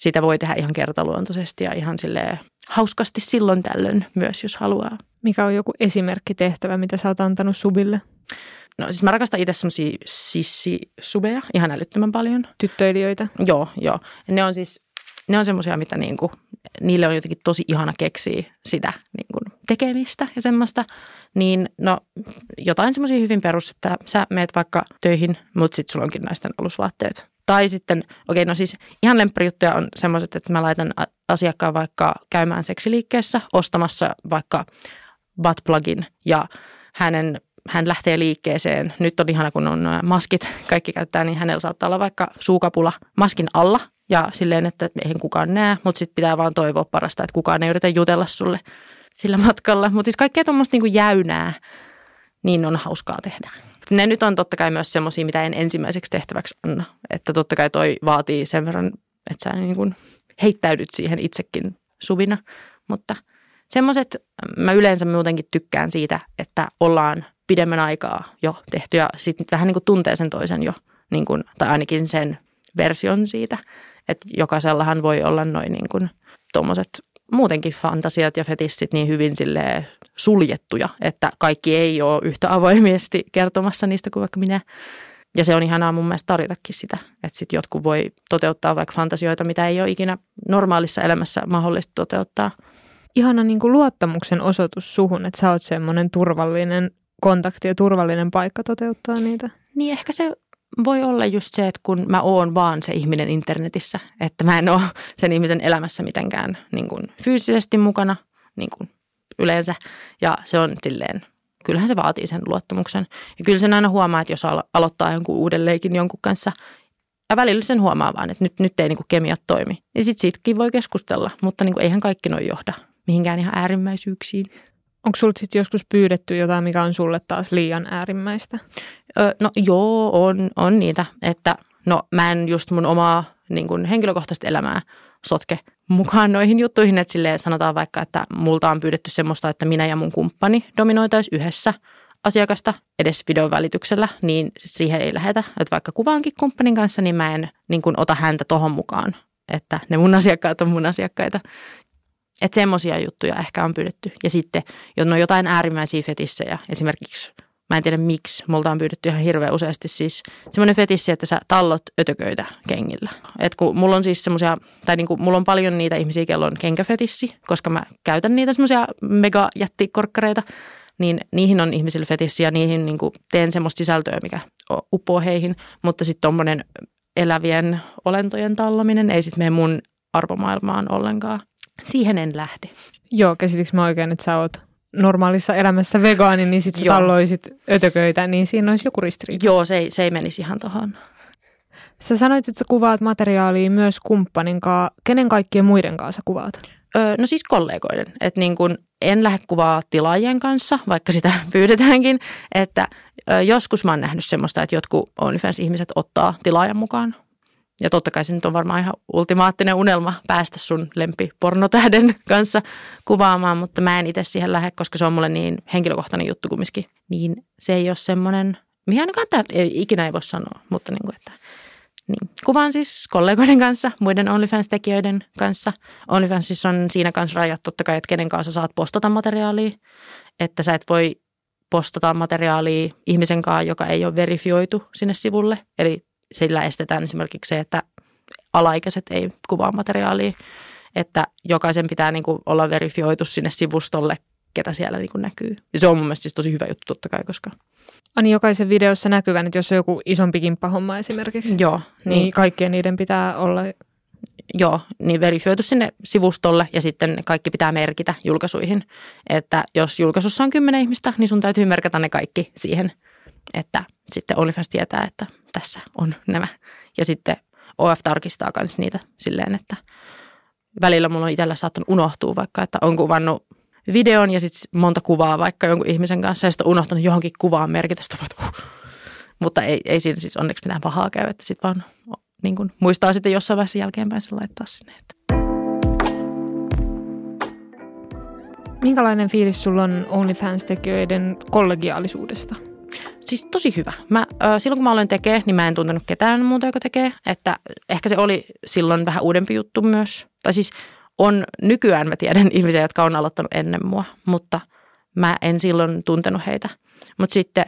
sitä voi tehdä ihan kertaluontoisesti ja ihan silleen hauskasti silloin tällöin myös, jos haluaa. Mikä on joku esimerkkitehtävä, mitä sä oot antanut subille? No siis mä rakastan itse semmosia sissisubeja ihan älyttömän paljon. Tyttöilijöitä? Joo, joo. Ne on siis, ne on semmoisia, mitä niinku, niille on jotenkin tosi ihana keksiä sitä niinku tekemistä ja semmoista. Niin no jotain semmoisia hyvin perus, että sä meet vaikka töihin, mutta sit sulla onkin naisten alusvaatteet. Tai sitten, okei, no siis ihan lempprijuttuja on semmoiset, että mä laitan asiakkaan vaikka käymään seksiliikkeessä ostamassa vaikka buttplugin ja hänen, hän lähtee liikkeeseen. Nyt on ihana, kun on maskit, kaikki käyttää, niin hänellä saattaa olla vaikka suukapula maskin alla ja silleen, että eihän kukaan näe, mutta sitten pitää vaan toivoa parasta, että kukaan ei yritä jutella sulle sillä matkalla. Mutta siis kaikkea tuommoista niinku jäynää, niin on hauskaa tehdä. Ne nyt on totta kai myös semmoisia, mitä en ensimmäiseksi tehtäväksi anna. Että totta kai toi vaatii sen verran, että sä niin kuin heittäydyt siihen itsekin subina. Mutta semmoiset, mä yleensä muutenkin tykkään siitä, että ollaan pidemmän aikaa jo tehty ja sitten vähän niin kuin tuntee sen toisen jo, niin kuin, tai ainakin sen version siitä. Että jokaisellahan voi olla noin niin kuin tommoset muutenkin fantasiat ja fetissit niin hyvin silleen suljettuja, että kaikki ei ole yhtä avoimesti kertomassa niistä kuin vaikka minä. Ja se on ihanaa mun mielestä tarjotakin sitä, että sitten jotkut voi toteuttaa vaikka fantasioita, mitä ei ole ikinä normaalissa elämässä mahdollista toteuttaa. Ihana niin kuin luottamuksen osoitus suhun, että sä oot semmoinen turvallinen kontakti ja turvallinen paikka toteuttaa niitä. Niin ehkä se voi olla just se, että kun mä oon vaan se ihminen internetissä, että mä en ole sen ihmisen elämässä mitenkään niin kuin fyysisesti mukana niin kuin yleensä. Ja se on silleen, kyllähän se vaatii sen luottamuksen. Ja kyllä sen aina huomaa, että jos alo- aloittaa jonkun uuden leikin jonkun kanssa, ja välillä sen huomaa vaan, että nyt, nyt ei niin kuin kemiat toimi. Ja sitten siitäkin voi keskustella, mutta niin kuin eihän kaikki noin johda mihinkään ihan äärimmäisyyksiin. Onko sulta sitten joskus pyydetty jotain, mikä on sulle taas liian äärimmäistä? Öö, no joo, on, on niitä. Että no mä en just mun omaa niin kuin henkilökohtaista elämää sotke mukaan noihin juttuihin. Että silleen sanotaan vaikka, että multa on pyydetty semmoista, että minä ja mun kumppani dominoitaisiin yhdessä asiakasta edes videon välityksellä, niin siihen ei lähetä. Että vaikka kuvaankin kumppanin kanssa, niin mä en niin kuin ota häntä tohon mukaan, että ne mun asiakkaat on mun asiakkaita. Että semmoisia juttuja ehkä on pyydetty. Ja sitten, jos on jotain äärimmäisiä fetissejä, esimerkiksi, mä en tiedä miksi, multa on pyydetty ihan hirveän useasti siis semmoinen fetissi, että sä tallot ötököitä kengillä. Että kun mulla on siis semmoisia, tai niin kuin mulla on paljon niitä ihmisiä, kello on kenkäfetissi, koska mä käytän niitä semmoisia megajättikorkkareita, niin niihin on ihmisille fetissi ja niihin niin kuin teen semmoista sisältöä, mikä uppoo heihin. Mutta sitten tommoinen elävien olentojen tallominen ei sitten mene mun arvomaailmaan ollenkaan. Siihen en lähde. Joo, käsitikö mä oikein, että sä oot normaalissa elämässä vegaani, niin sit sä talloisit ötököitä, niin siinä olisi joku ristiriita. Joo, se ei, se ei menisi ihan tohon. Sä sanoit, että sä kuvaat materiaalia myös kumppanin kanssa. Kenen kaikkien muiden kanssa sä kuvaat? Öö, no siis kollegoiden. Että niin kun en lähde kuvaa tilaajien kanssa, vaikka sitä pyydetäänkin. Että ö, joskus mä oon nähnyt semmoista, että jotkut OnlyFans-ihmiset ottaa tilaajan mukaan. Ja totta kai se nyt on varmaan ihan ultimaattinen unelma päästä sun lempipornotähden kanssa kuvaamaan, mutta mä en itse siihen lähde, koska se on mulle niin henkilökohtainen juttu kumminkin. Niin se ei ole semmoinen, mihin ainakaan tämä ei, ikinä ei voi sanoa, mutta niin kuin, että niin. Kuvaan siis kollegoiden kanssa, muiden OnlyFans-tekijöiden kanssa. OnlyFansissa on siinä kanssa rajat totta kai, että kenen kanssa saat postata materiaalia, että sä et voi postata materiaalia ihmisen kanssa, joka ei ole verifioitu sinne sivulle, eli sillä estetään esimerkiksi se, että alaikäiset ei kuvaa materiaalia, että jokaisen pitää niin kuin olla verifioitu sinne sivustolle, ketä siellä niin kuin näkyy. Ja se on mun mielestä siis tosi hyvä juttu totta kai, koska... Ani jokaisen videossa näkyvän, että jos on joku isompi kimppahomma esimerkiksi, joo, niin, niin kaikkien niiden pitää olla... Joo, niin verifioitu sinne sivustolle ja sitten kaikki pitää merkitä julkaisuihin. Että jos julkaisussa on kymmenen ihmistä, niin sun täytyy merkata ne kaikki siihen, että sitten OnlyFans tietää, että tässä on nämä. Ja sitten O F tarkistaa myös niitä silleen, että välillä mulla on itsellä saattanut unohtua vaikka, että on kuvannut videon ja sitten monta kuvaa vaikka jonkun ihmisen kanssa ja sitten on unohtanut johonkin kuvaan merkitä. Sitten huh. Mutta ei, ei siinä siis onneksi mitään pahaa käy, että sitten vaan niin kuin muistaa sitten jossain vaiheessa jälkeenpäin sen laittaa sinne. Minkälainen fiilis sulla on OnlyFans-tekijöiden kollegiaalisuudesta? Siis tosi hyvä. Mä, ö, silloin kun mä aloin tekemään, niin mä en tuntenut ketään muuta, joka tekee. Että ehkä se oli silloin vähän uudempi juttu myös. Tai siis on, nykyään mä tiedän ihmisiä, jotka on aloittanut ennen mua, mutta mä en silloin tuntenut heitä. Mutta sitten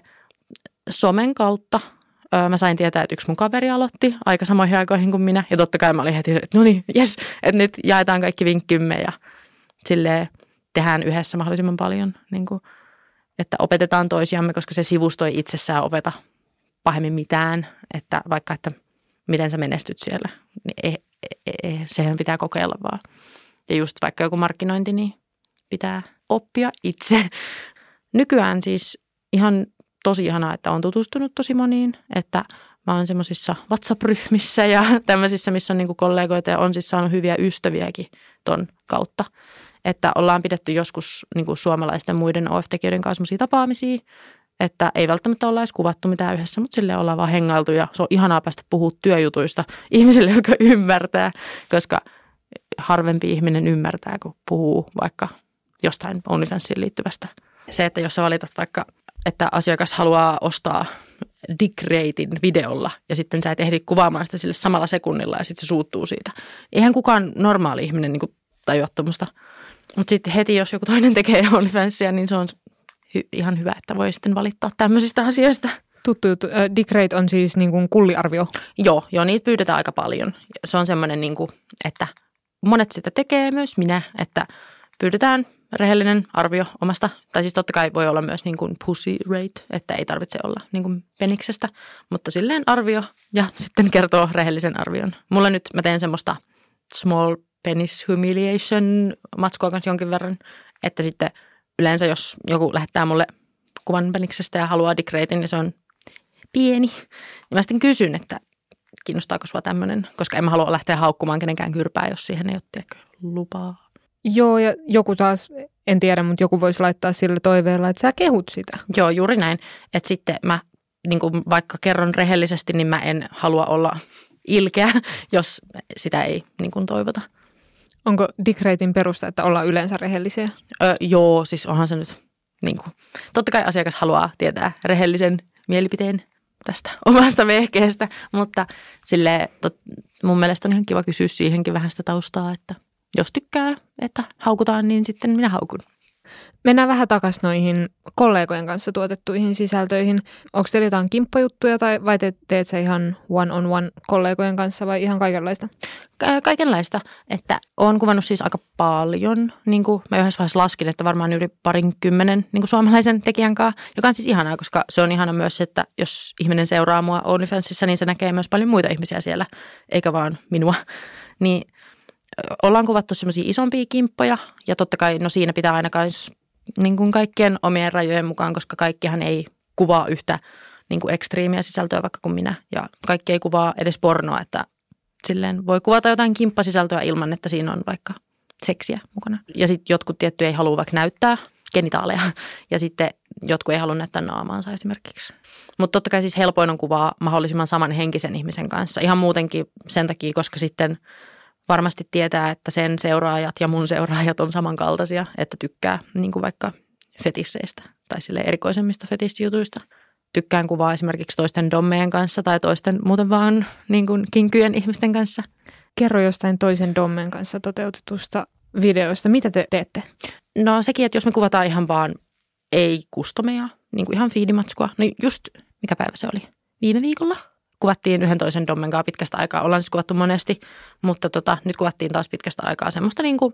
somen kautta ö, mä sain tietää, että yksi mun kaveri aloitti aika samoihin aikoihin kuin minä. Ja totta kai mä olin heti, että no niin, jes, että nyt jaetaan kaikki vinkkimme ja silleen tehdään yhdessä mahdollisimman paljon, niin kuin, että opetetaan toisiamme, koska se sivusto ei itsessään opeta pahemmin mitään, että vaikka, että miten sä menestyt siellä, niin ei, ei, ei, sehän pitää kokeilla vaan. Ja just vaikka joku markkinointi, niin pitää oppia itse. Nykyään siis ihan tosi ihanaa, että on tutustunut tosi moniin, että mä oon semmoisissa WhatsApp-ryhmissä ja tämmöisissä, missä on niinku kollegoita ja on siis saanut hyviä ystäviäkin ton kautta. Että ollaan pidetty joskus niinku suomalaisten muiden O F-tekijöiden kanssa semmoisia tapaamisia, että ei välttämättä olla edes kuvattu mitään yhdessä, mutta silleen ollaan vaan hengailtu ja se on ihanaa päästä puhumaan työjutuista ihmisille, jotka ymmärtää, koska harvempi ihminen ymmärtää, kun puhuu vaikka jostain OnlyFansiin liittyvästä. Se, että jos sä valitat vaikka, että asiakas haluaa ostaa dick-reitin videolla ja sitten sä et ehdi kuvaamaan sitä sille samalla sekunnilla ja sitten se suuttuu siitä. Eihän kukaan normaali ihminen niin kuin tajua tuommoista. Mutta sitten heti, jos joku toinen tekee OnlyFansia, niin se on hy- ihan hyvä, että voi sitten valittaa tämmöisistä asioista. Tuttu juttu. Dick rate on siis niin kuin kulliarvio. Joo, joo, niitä pyydetään aika paljon. Se on semmoinen, niin kuin, että monet sitä tekee, myös minä, että pyydetään rehellinen arvio omasta. Tai siis totta kai voi olla myös niin kuin pussy rate, että ei tarvitse olla niin kuin peniksestä, mutta silleen arvio ja sitten kertoo rehellisen arvion. Mulla nyt, mä teen semmoista small penis humiliation matskua kanssa jonkin verran, että sitten yleensä jos joku lähettää mulle kuvan peniksestä ja haluaa dick raten ja se on pieni, niin mä sitten kysyn, että kiinnostaako sua tämmöinen, koska en mä halua lähteä haukkumaan kenenkään kyrpää, jos siihen ei ole tiedäkö, lupaa. Joo, ja joku taas, en tiedä, mutta joku voisi laittaa sillä toiveella, että sä kehut sitä. Joo, juuri näin. Että sitten mä niin kuin vaikka kerron rehellisesti, niin mä en halua olla ilkeä, jos sitä ei niin kuin toivota. Onko dick raten perusta, että ollaan yleensä rehellisiä? Öö, joo, siis onhan se nyt, niin kuin, totta kai asiakas haluaa tietää rehellisen mielipiteen tästä omasta vehkeestä, mutta silleen, tot, mun mielestä on ihan kiva kysyä siihenkin vähän sitä taustaa, että jos tykkää, että haukutaan, niin sitten minä haukun. Mennään vähän takaisin noihin kollegojen kanssa tuotettuihin sisältöihin. Onko teillä jotain kimppajuttuja tai vai te, teet sä ihan one-on-one kollegojen kanssa vai ihan kaikenlaista? Ka- kaikenlaista, että olen kuvannut siis aika paljon. Niin kuin mä yhdessä vaiheessa laskin, että varmaan yli parin kymmenen niin kuin suomalaisen tekijän kanssa, joka on siis ihanaa, koska se on ihana myös, että jos ihminen seuraa mua OnlyFansissa, niin se näkee myös paljon muita ihmisiä siellä, eikä vaan minua. Niin ollaan kuvattu semmoisia isompia kimppoja ja totta kai no siinä pitää aina kans niin kuin kaikkien omien rajojen mukaan, koska kaikkihan ei kuvaa yhtä niin kuin ekstriimiä sisältöä vaikka kuin minä ja kaikki ei kuvaa edes pornoa, että silleen voi kuvata jotain kimppasisältöä ilman, että siinä on vaikka seksiä mukana. Ja sitten jotkut tietty ei halua vaikka näyttää genitaaleja ja sitten jotkut ei halua näyttää naamaansa esimerkiksi. Mutta totta kai siis helpoin on kuvaa mahdollisimman samanhenkisen ihmisen kanssa ihan muutenkin sen takia, koska sitten varmasti tietää, että sen seuraajat ja mun seuraajat on samankaltaisia, että tykkää niin kuin vaikka fetisseistä tai sille erikoisemmista fetissijutuista. Tykkään kuvaa esimerkiksi toisten dommeen kanssa tai toisten muuten vaan niin kuin kinkyjen ihmisten kanssa. Kerro jostain toisen dommeen kanssa toteutetusta videoista. Mitä te teette? No sekin, että jos me kuvataan ihan vaan ei-kustomeja, niin kuin ihan fiidimatskua. No just, mikä päivä se oli? Viime viikolla? Kuvattiin yhden toisen dommen kanssa pitkästä aikaa. Ollaan siis kuvattu monesti, mutta tota, nyt kuvattiin taas pitkästä aikaa semmoista niinku,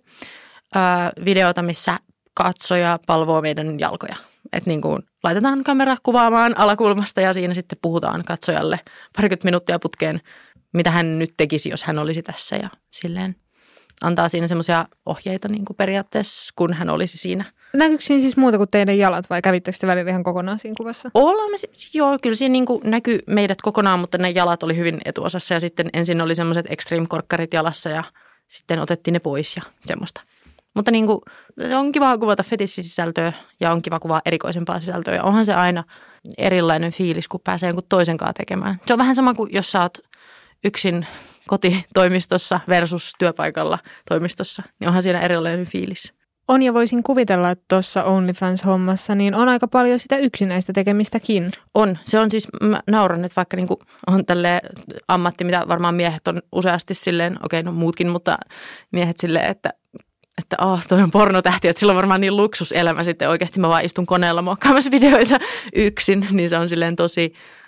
ää, videota, missä katsoja palvoo meidän jalkoja. Että niinku, laitetaan kamera kuvaamaan alakulmasta ja siinä sitten puhutaan katsojalle parikymmentä minuuttia putkeen, mitä hän nyt tekisi, jos hän olisi tässä. Ja silleen antaa siinä semmoisia ohjeita niinku periaatteessa, kun hän olisi siinä. Näkyykö siinä siis muuta kuin teidän jalat vai kävittekö te välillä ihan kokonaan siinä kuvassa? Ollaan me siis, joo, kyllä siinä niin kuin näkyi meidät kokonaan, mutta ne jalat oli hyvin etuosassa ja sitten ensin oli semmoiset extreme-korkkarit jalassa ja sitten otettiin ne pois ja semmoista. Mutta niin kuin, on kiva kuvata fetissisisältöä ja on kiva kuvaa erikoisempaa sisältöä ja onhan se aina erilainen fiilis, kun pääsee jonkun toisen kanssa tekemään. Se on vähän sama kuin jos sä oot yksin kotitoimistossa versus työpaikalla toimistossa, niin onhan siinä erilainen fiilis. On ja voisin kuvitella, että tuossa OnlyFans-hommassa niin on aika paljon sitä yksinäistä tekemistäkin. On. Se on siis, mä nauran, että vaikka niinku on tälleen ammatti, mitä varmaan miehet on useasti silleen, okei no muutkin, mutta miehet silleen, että että ah, toi on pornotähti, että sillä on varmaan niin luksuselämä sitten oikeasti mä vaan istun koneella muokkaamassa videoita yksin, niin se on silleen tosi,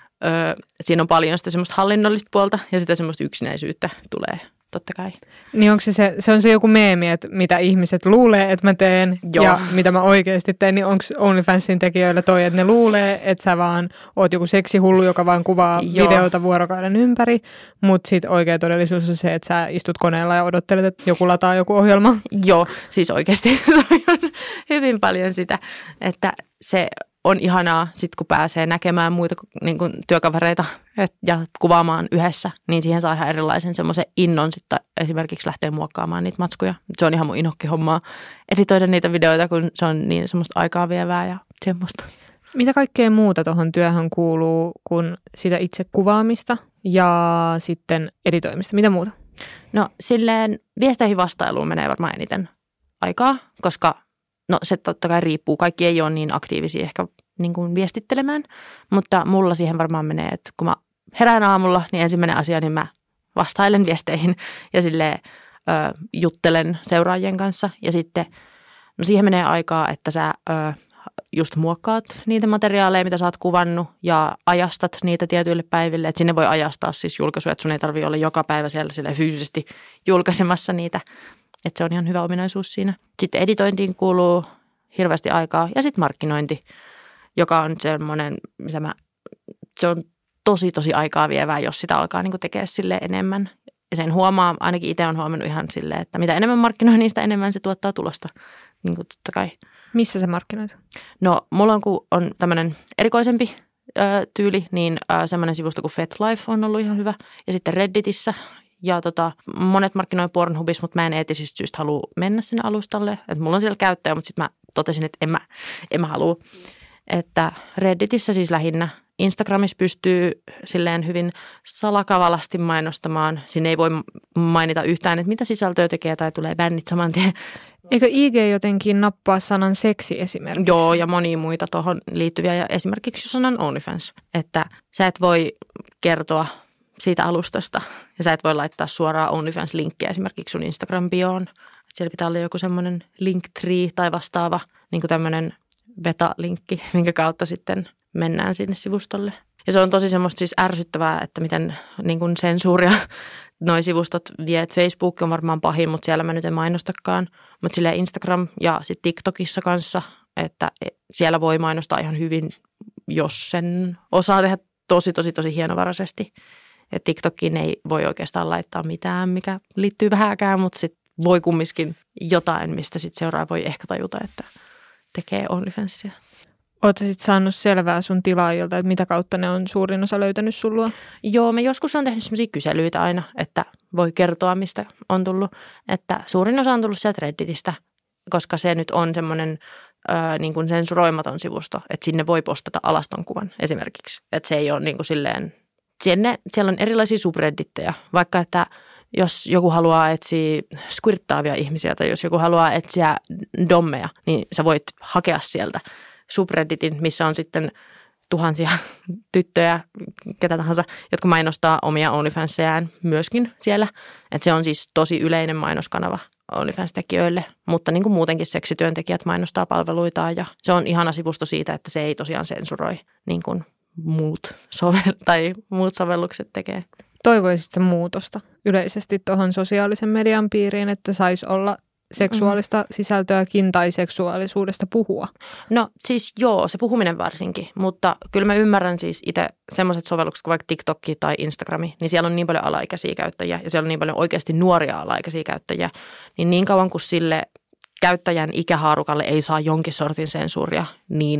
ö, siinä on paljon sitä semmoista hallinnollista puolta ja sitä semmoista yksinäisyyttä tulee totta kai. Niin onko se, se, se on se joku meemi, että mitä ihmiset luulee, että mä teen Joo. ja mitä mä oikeasti teen, niin onko OnlyFansin tekijöillä toi, että ne luulee, että sä vaan oot joku seksihullu, joka vaan kuvaa Joo. videota vuorokauden ympäri, mutta sitten oikea todellisuus on se, että sä istut koneella ja odottelet, että joku lataa joku ohjelma. Joo, siis oikeasti on hyvin paljon sitä, että se on ihanaa sitten, kun pääsee näkemään muita niin kuin työkavereita et, ja kuvaamaan yhdessä, niin siihen saa ihan erilaisen semmoisen innon sitten esimerkiksi lähteä muokkaamaan niitä matskuja. Se on ihan mun inhokkihommaa editoida niitä videoita, kun se on niin semmoista aikaa vievää ja semmoista. Mitä kaikkea muuta tuohon työhön kuuluu kuin sitä itse kuvaamista ja sitten editoimista? Mitä muuta? No silleen viesteihin vastailuun menee varmaan eniten aikaa, koska no se totta kai riippuu. Kaikki ei ole niin aktiivisia ehkä niin kuin viestittelemään, mutta mulla siihen varmaan menee, että kun mä herään aamulla, niin ensimmäinen asia, niin mä vastailen viesteihin ja silleen ö, juttelen seuraajien kanssa. Ja sitten, no siihen menee aikaa, että sä ö, just muokkaat niitä materiaaleja, mitä sä oot kuvannut ja ajastat niitä tietyille päiville. Että sinne voi ajastaa siis julkaisuja, että sun ei tarvitse olla joka päivä siellä silleen fyysisesti julkaisemassa niitä. Että se on ihan hyvä ominaisuus siinä. Sitten editointiin kuuluu hirveästi aikaa ja sitten markkinointi, joka on semmoinen, mitä mä, se on tosi tosi aikaa vievää, jos sitä alkaa niin kuin tekemään silleen enemmän. Ja sen huomaa, ainakin itse on huomannut ihan silleen, että mitä enemmän markkinoin, niin sitä enemmän se tuottaa tulosta. Niin kuin totta kai. Missä sä markkinoit? No mulla on, kun on tämmöinen erikoisempi ö, tyyli, niin ö, semmoinen sivusto kuin FetLife on ollut ihan hyvä. Ja sitten Redditissä. Ja tota, monet markkinoi Pornhubissa, mutta mä en eettisistä syystä halua mennä sinne alustalle. Että mulla on siellä käyttäjä, mutta sitten mä totesin, että en mä, en mä halua. Että Redditissä siis lähinnä. Instagramissa pystyy silleen hyvin salakavalasti mainostamaan. Siinä ei voi mainita yhtään, että mitä sisältöä tekee tai tulee bännit saman tien. Eikö I G jotenkin nappaa sanan seksi esimerkiksi? Joo, ja monia muita tuohon liittyviä. Ja esimerkiksi sanan OnlyFans, että sä et voi kertoa siitä alustasta. Ja sä et voi laittaa suoraan OnlyFans-linkkiä esimerkiksi sun Instagram-bioon. Siellä pitää olla joku semmoinen linktree tai vastaava niin kuin tämmöinen beta-linkki, minkä kautta sitten mennään sinne sivustolle. Ja se on tosi semmoista siis ärsyttävää, että miten niin kuin sensuuria noi sivustot vie. Facebook on varmaan pahin, mutta siellä mä nyt en mainostakaan. Mutta silleen Instagram ja sitten TikTokissa kanssa, että siellä voi mainostaa ihan hyvin, jos sen osaa tehdä tosi, tosi, tosi hienovaraisesti. Ja TikTokiin ei voi oikeastaan laittaa mitään, mikä liittyy vähääkään, mutta sitten voi kumminkin jotain, mistä sitten seuraaja voi ehkä tajuta, että tekee OnlyFansia. Oletko sitten saanut selvää sun tilaajilta, että mitä kautta ne on suurin osa löytänyt sun luo? Joo, me joskus on tehnyt sellaisia kyselyitä aina, että voi kertoa, mistä on tullut. Että suurin osa on tullut sieltä Redditistä, koska se nyt on semmoinen Öö, niin kuin sensuroimaton sivusto, että sinne voi postata alaston kuvan esimerkiksi. Että se ei ole niin kuin silleen, sinne, siellä on erilaisia subreddittejä, vaikka että jos joku haluaa etsiä squirttaavia ihmisiä tai jos joku haluaa etsiä dommeja, niin sä voit hakea sieltä subredditin, missä on sitten tuhansia tyttöjä, ketä tahansa, jotka mainostaa omia OnlyFansejään myöskin siellä. Että se on siis tosi yleinen mainoskanava OnlyFans-tekijöille, mutta niin kuin muutenkin seksityöntekijät mainostaa palveluitaan ja se on ihana sivusto siitä, että se ei tosiaan sensuroi niin kuin muut, sovel- tai muut sovellukset tekee. Toivoisitko muutosta yleisesti tuohon sosiaalisen median piiriin, että saisi olla seksuaalista sisältöäkin tai seksuaalisuudesta puhua? No siis joo, se puhuminen varsinkin, mutta kyllä mä ymmärrän siis itse semmoiset sovellukset kuin vaikka TikTokki tai Instagrami, niin siellä on niin paljon alaikäisiä käyttäjiä ja siellä on niin paljon oikeasti nuoria alaikäisiä käyttäjiä, niin niin kauan kuin sille käyttäjän ikähaarukalle ei saa jonkin sortin sensuuria, niin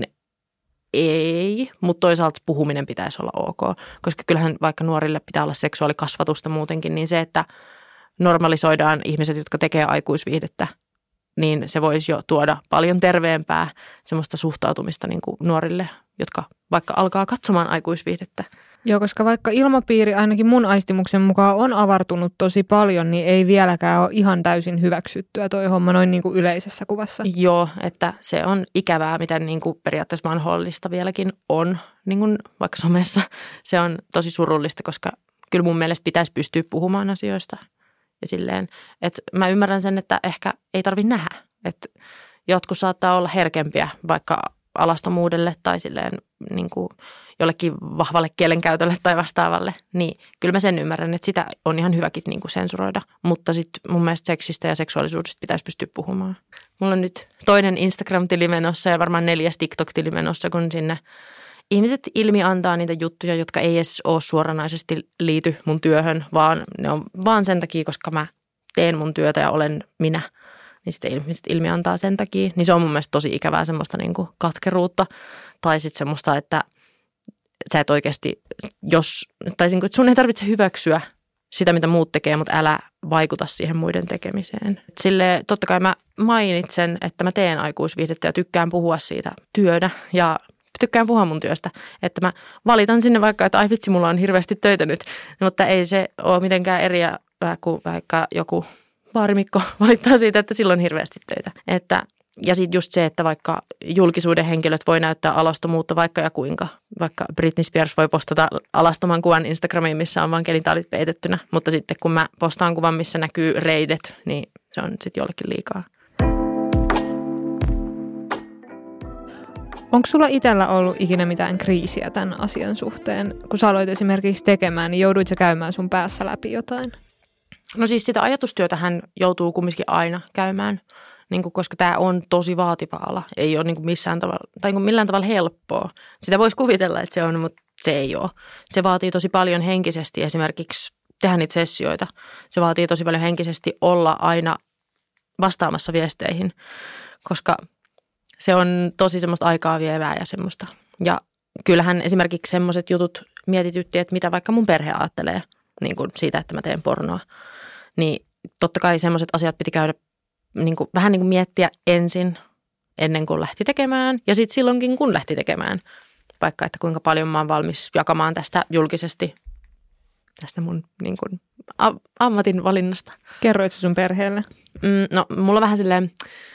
ei, mutta toisaalta puhuminen pitäisi olla ok, koska kyllähän vaikka nuorille pitää olla seksuaalikasvatusta muutenkin, niin se, että normalisoidaan ihmiset, jotka tekee aikuisviihdettä, niin se voisi jo tuoda paljon terveempää semmoista suhtautumista niin kuin nuorille, jotka vaikka alkaa katsomaan aikuisviihdettä. Joo, koska vaikka ilmapiiri ainakin mun aistimuksen mukaan on avartunut tosi paljon, niin ei vieläkään ole ihan täysin hyväksyttyä toi homma noin niin kuin yleisessä kuvassa. Joo, että se on ikävää, miten niin kuin periaatteessa mahdollista vieläkin on, niin kuin vaikka somessa. Se on tosi surullista, koska kyllä mun mielestä pitäisi pystyä puhumaan asioista. Ja silleen, että mä ymmärrän sen, että ehkä ei tarvitse nähdä. Että jotkut saattaa olla herkempiä vaikka alastomuudelle tai silleen niin kuin jollekin vahvalle kielenkäytölle tai vastaavalle, niin kyllä mä sen ymmärrän, että sitä on ihan hyväkin niin kuin sensuroida. Mutta sitten mun mielestä seksistä ja seksuaalisuudesta pitäisi pystyä puhumaan. Mulla on nyt toinen Instagram-tili menossa ja varmaan neljäs TikTok-tili menossa, kun sinne ihmiset ilmi antaa niitä juttuja, jotka ei edes ole suoranaisesti liity mun työhön, vaan ne on vaan sen takia, koska mä teen mun työtä ja olen minä. Niin sitten ihmiset ilmi antaa sen takia. Niin se on mun mielestä tosi ikävää semmoista niin kuin katkeruutta tai sitten semmoista, että sä et oikeasti, jos, tai niin kuin, että sun ei tarvitse hyväksyä sitä, mitä muut tekee, mutta älä vaikuta siihen muiden tekemiseen. Silleen totta kai mä mainitsen, että mä teen aikuisviihdettä ja tykkään puhua siitä työnä ja tykkään puhua mun työstä. Että mä valitan sinne vaikka, että ai vitsi, mulla on hirveästi töitä nyt, mutta ei se ole mitenkään eriä kuin vaikka joku baarimikko valittaa siitä, että silloin on hirveästi töitä. Että ja sitten just se, että vaikka julkisuuden henkilöt voi näyttää alastomuutta vaikka ja kuinka. Vaikka Britney Spears voi postata alastoman kuvan Instagramiin, missä on vaan genitaalit peitettynä. Mutta sitten kun mä postaan kuvan, missä näkyy reidet, niin se on sitten jollekin liikaa. Onko sulla itsellä ollut ikinä mitään kriisiä tämän asian suhteen? Kun sä aloit esimerkiksi tekemään, niin jouduit sä käymään sun päässä läpi jotain? No siis sitä ajatustyötähän joutuu kumminkin aina käymään. Niin kuin, koska tämä on tosi vaativa ala. Ei ole niin kuin missään tavalla, tai niin kuin millään tavalla helppoa. Sitä voisi kuvitella, että se on, mutta se ei ole. Se vaatii tosi paljon henkisesti esimerkiksi tehdä niitä sessioita. Se vaatii tosi paljon henkisesti olla aina vastaamassa viesteihin, koska se on tosi semmoista aikaa vievää ja semmoista. Ja kyllähän esimerkiksi semmoiset jutut mietitytti, että mitä vaikka mun perhe ajattelee niin kuin siitä, että mä teen pornoa. Niin totta kai semmoiset asiat piti käydä Niin kuin, vähän niin kuin miettiä ensin, ennen kuin lähti tekemään ja sitten silloinkin, kun lähti tekemään. Vaikka, että kuinka paljon mä oon valmis jakamaan tästä julkisesti, tästä mun niin kuin, ammatin valinnasta. Kerroitko sun perheelle? Mm, no, mulla on vähän silleen,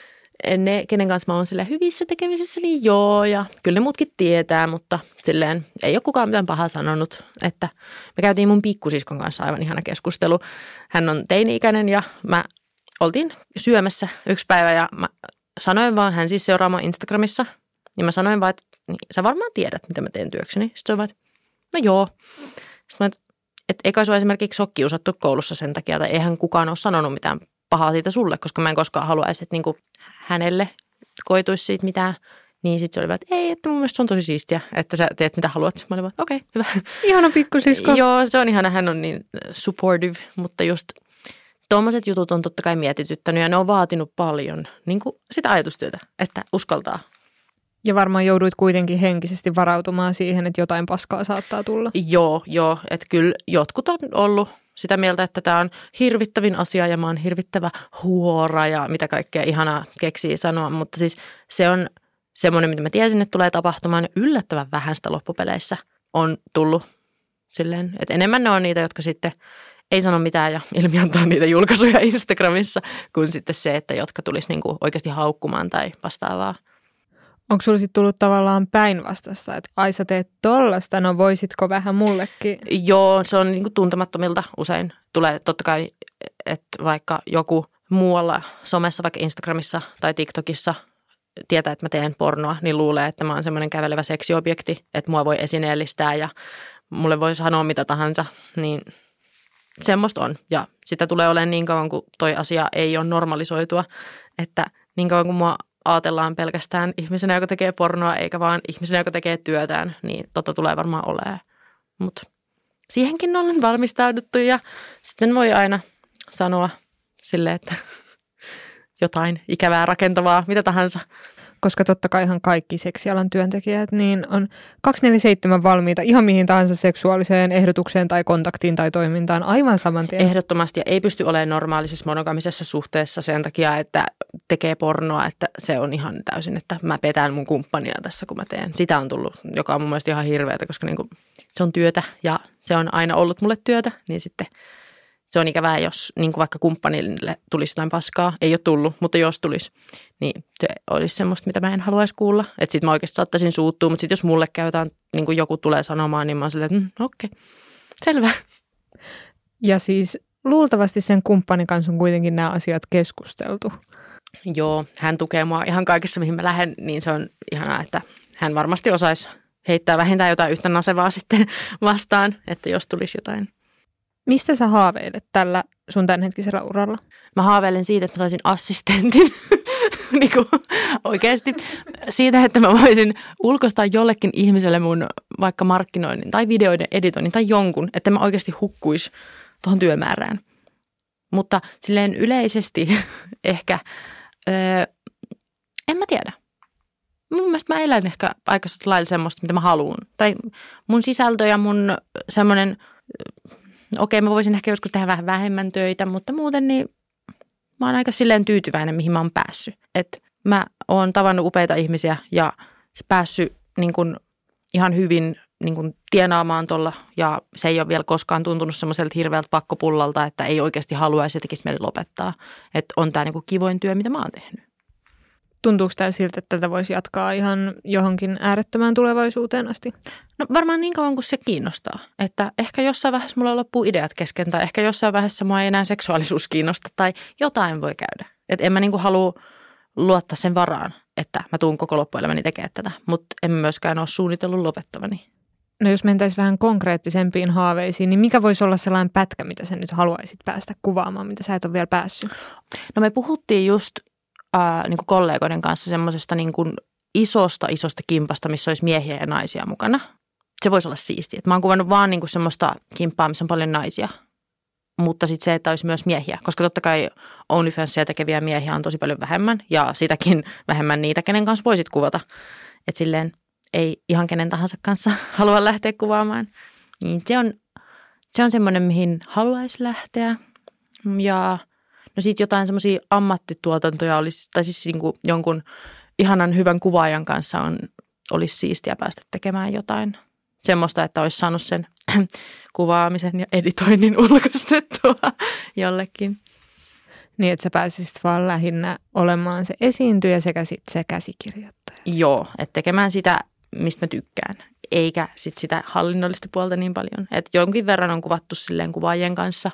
ne, kenen kanssa mä oon silleen hyvissä tekemisissä, niin joo. Ja kyllä ne muutkin tietää, mutta silleen ei ole kukaan mitään pahaa sanonut. Että me käytiin mun pikkusiskon kanssa aivan ihana keskustelu. Hän on teini-ikäinen ja mä oltiin syömässä yksi päivä ja mä sanoin vaan, hän siis seuraa mua Instagramissa, niin mä sanoin vaan, että niin, sä varmaan tiedät, mitä mä teen työkseni. Sitten se on vaan, että no joo. Sitten mä, että, että eikä sua esimerkiksi ole kiusattu koulussa sen takia, tai eihän kukaan ole sanonut mitään pahaa siitä sulle, koska mä en koskaan haluaisi, että niin kuin hänelle koituisi siitä mitään. Niin sitten se oli vaan, että ei, että mun mielestä se on tosi siistiä, että sä teet mitä haluat. Mä olin vaan, okei, okay, hyvä. Ihana pikkusisko. Joo, se on ihana, hän on niin supportive, mutta just tuommoiset jutut on totta kai mietityttänyt ja ne on vaatinut paljon niin kuin sitä ajatustyötä, että uskaltaa. Ja varmaan jouduit kuitenkin henkisesti varautumaan siihen, että jotain paskaa saattaa tulla. Joo, joo. Että kyllä jotkut on ollut sitä mieltä, että tämä on hirvittävin asia ja mä oon hirvittävä huora ja mitä kaikkea ihanaa keksii sanoa. Mutta siis se on semmoinen, mitä mä tiesin, että tulee tapahtumaan. Yllättävän vähän sitä loppupeleissä on tullut silleen, että enemmän ne on niitä, jotka sitten ei sano mitään ja ilmiantaa niitä julkaisuja Instagramissa, kuin sitten se, että jotka tulisi niinku oikeasti haukkumaan tai vastaavaa. Onko sulla sitten tullut tavallaan päinvastassa, että ai sä teet tollasta, no voisitko vähän mullekin? Joo, se on niinku tuntemattomilta usein. Tulee totta kai, että vaikka joku muualla somessa, vaikka Instagramissa tai TikTokissa tietää, että mä teen pornoa, niin luulee, että mä oon semmoinen kävelevä seksiobjekti, että mua voi esineellistää ja mulle voi sanoa mitä tahansa, niin semmoista on. Ja sitä tulee olemaan niin kauan, kun toi asia ei ole normalisoitua, että niin kauan kun mua ajatellaan pelkästään ihmisenä, joka tekee pornoa, eikä vaan ihmisenä, joka tekee työtään, niin totta tulee varmaan olemaan. Mutta siihenkin olen valmistauduttu ja sitten voi aina sanoa silleen, että jotain ikävää, rakentavaa, mitä tahansa. koska totta kai ihan kaikki seksialan työntekijät niin on kaksikymmentäneljä seitsemän valmiita ihan mihin tahansa seksuaaliseen ehdotukseen tai kontaktiin tai toimintaan aivan saman tien. Ehdottomasti ja ei pysty olemaan normaalisessa monogamisessa suhteessa sen takia, että tekee pornoa, että se on ihan täysin, että mä petän mun kumppania tässä kun mä teen. Sitä on tullut, joka on mun mielestä ihan hirveätä, koska niinku, se on työtä ja se on aina ollut mulle työtä, niin sitten se on ikävää, jos niin kuin vaikka kumppanille tulisi jotain paskaa. Ei ole tullut, mutta jos tulisi, niin se olisi semmoista, mitä mä en haluaisi kuulla. Että sitten mä oikeasti saattaisin suuttua, mutta sitten jos mulle käytetään, niin kuin joku tulee sanomaan, niin mä oon silleen, että mm, okei, okay, selvä. Ja siis luultavasti sen kumppanin kanssa on kuitenkin nämä asiat keskusteltu. Joo, hän tukee mua ihan kaikessa, mihin mä lähden, niin se on ihanaa, että hän varmasti osaisi heittää vähintään jotain yhtä nasevaa sitten vastaan, että jos tulisi jotain. Mistä sä haaveilet tällä sun tämänhetkisellä uralla? Mä haaveilen siitä, että mä saisin assistentin. niin kuin oikeasti siitä, että mä voisin ulkoistaa jollekin ihmiselle mun vaikka markkinoinnin tai videoiden editoinnin tai jonkun, että mä oikeasti hukkuisi tuohon työmäärään. Mutta silleen yleisesti ehkä, öö, en mä tiedä. Mun mielestä mä elän ehkä aika lailla semmoista, mitä mä haluan. Tai mun sisältö ja mun semmoinen, okei mä voisin ehkä joskus tehdä vähän vähemmän töitä, mutta muuten niin mä oon aika silleen tyytyväinen, mihin mä oon päässyt. Että mä oon tavannut upeita ihmisiä ja se päässyt niin kun ihan hyvin niin kun tienaamaan tuolla ja se ei ole vielä koskaan tuntunut semmoiselta hirveältä pakkopullalta, että ei oikeasti haluaisi ja tekisi meille lopettaa. Että on tää niin kun kivoin työ, mitä mä oon tehnyt. Tuntuuko tämä siltä, että tätä voisi jatkaa ihan johonkin äärettömään tulevaisuuteen asti? No varmaan niin kauan kuin se kiinnostaa. Että ehkä jossain vaiheessa mulla loppuu ideat kesken tai ehkä jossain vaiheessa mua ei enää seksuaalisuus kiinnosta tai jotain voi käydä. Että en mä niin kuin halua luottaa sen varaan, että mä tuun koko loppuelämäni tekemään tätä, mutta en myöskään ole suunnitellut lopettavani. No jos mentäisiin vähän konkreettisempiin haaveisiin, niin mikä voisi olla sellainen pätkä, mitä sä nyt haluaisit päästä kuvaamaan, mitä sä et ole vielä päässyt? No me puhuttiin just Äh, niin kuin kollegoiden kanssa semmoisesta niin kuin isosta, isosta kimpasta, missä olisi miehiä ja naisia mukana. Se voisi olla siistiä. Mä oon kuvannut vaan niin kuin semmoista kimppaa, missä on paljon naisia, mutta sitten se, että olisi myös miehiä, koska totta kai OnlyFansia tekeviä miehiä on tosi paljon vähemmän ja sitäkin vähemmän niitä, kenen kanssa voisit kuvata. Että silleen ei ihan kenen tahansa kanssa halua lähteä kuvaamaan. Niin se on, se on semmoinen, mihin haluaisi lähteä ja no sitten jotain semmoisia ammattituotantoja olisi, tai siis niin kuin jonkun ihanan hyvän kuvaajan kanssa on, olisi siistiä päästä tekemään jotain semmoista, että olisi saanut sen kuvaamisen ja editoinnin ulkoistettua jollekin. Niin, että sä pääsisit vaan lähinnä olemaan se esiintyjä sekä sitten se käsikirjoittaja. Joo, että tekemään sitä, mistä mä tykkään, eikä sit sitä hallinnollista puolta niin paljon. Että jonkin verran on kuvattu silleen kuvaajien kanssa.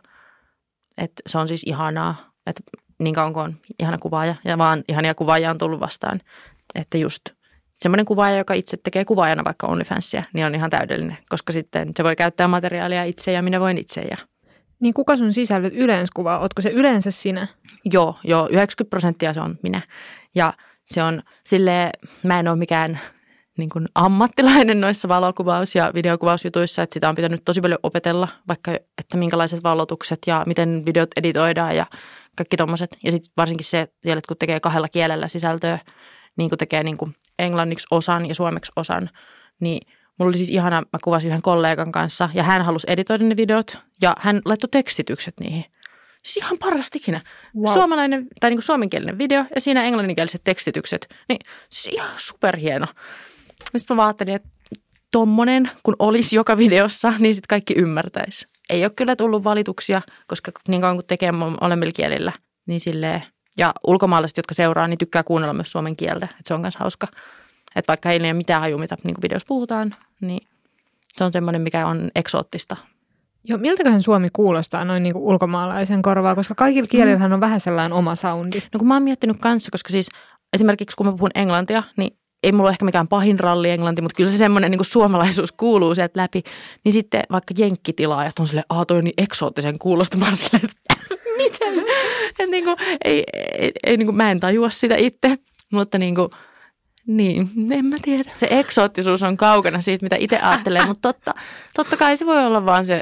Että se on siis ihanaa, että niin kauan kuin on ihana kuvaaja ja vaan ihania kuvaajia on tullut vastaan. Että just semmoinen kuvaaja, joka itse tekee kuvaajana vaikka OnlyFansia, niin on ihan täydellinen, koska sitten se voi käyttää materiaalia itse ja minä voin itse. Ja... Niin kuka sun sisällöt yleensä kuvaa? Ootko se yleensä sinä? Joo, joo, yhdeksänkymmentä prosenttia se on minä. Ja se on silleen, mä en ole mikään niin kuin ammattilainen noissa valokuvaus- ja videokuvausjutuissa, että sitä on pitänyt tosi paljon opetella, vaikka että minkälaiset valotukset ja miten videot editoidaan ja kaikki tommoset. Ja sitten varsinkin se, että kun tekee kahdella kielellä sisältöä, niin kuin tekee niin kuin englanniksi osan ja suomeksi osan, niin mulla oli siis ihana, mä kuvasin yhden kollegan kanssa ja hän halusi editoida ne videot ja hän laittoi tekstitykset niihin. Siis ihan parasta ikinä. Wow. Suomalainen tai niin kuin suomenkielinen video ja siinä englanninkieliset tekstitykset, niin siis ihan superhieno. Sitten mä ajattelin, että tommonen, kun olisi joka videossa, niin sitten kaikki ymmärtäisi. Ei ole kyllä tullut valituksia, koska niin kauan kun tekee molemmilla kielillä, niin silleen. Ja ulkomaalaiset, jotka seuraa, niin tykkää kuunnella myös suomen kieltä. Että se on myös hauska. Että vaikka heillä ei ole mitään hajua, mitä niin kuin videossa puhutaan, niin se on semmoinen, mikä on eksoottista. Joo, miltäköhän suomi kuulostaa noin niin kuin ulkomaalaisen korvaa, koska kaikilla kielillähän on vähän sellainen oma soundi. No kun mä oon miettinyt kanssa, koska siis esimerkiksi kun mä puhun englantia, niin ei mulla ole ehkä mikään pahin ralli englanti, mutta kyllä se semmoinen niin kuin suomalaisuus kuuluu sieltä läpi. Niin sitten vaikka jenkkitilaajat on silleen, aah toi on niin eksoottisen kuulosta. Mä oon silleen, että miten? Että niin kuin, ei, ei, ei, niin kuin, mä en tajua sitä itse, mutta niin kuin, niin, en mä tiedä. Se eksoottisuus on kaukana siitä, mitä itse ajattelee, mutta totta, totta kai se voi olla vaan se,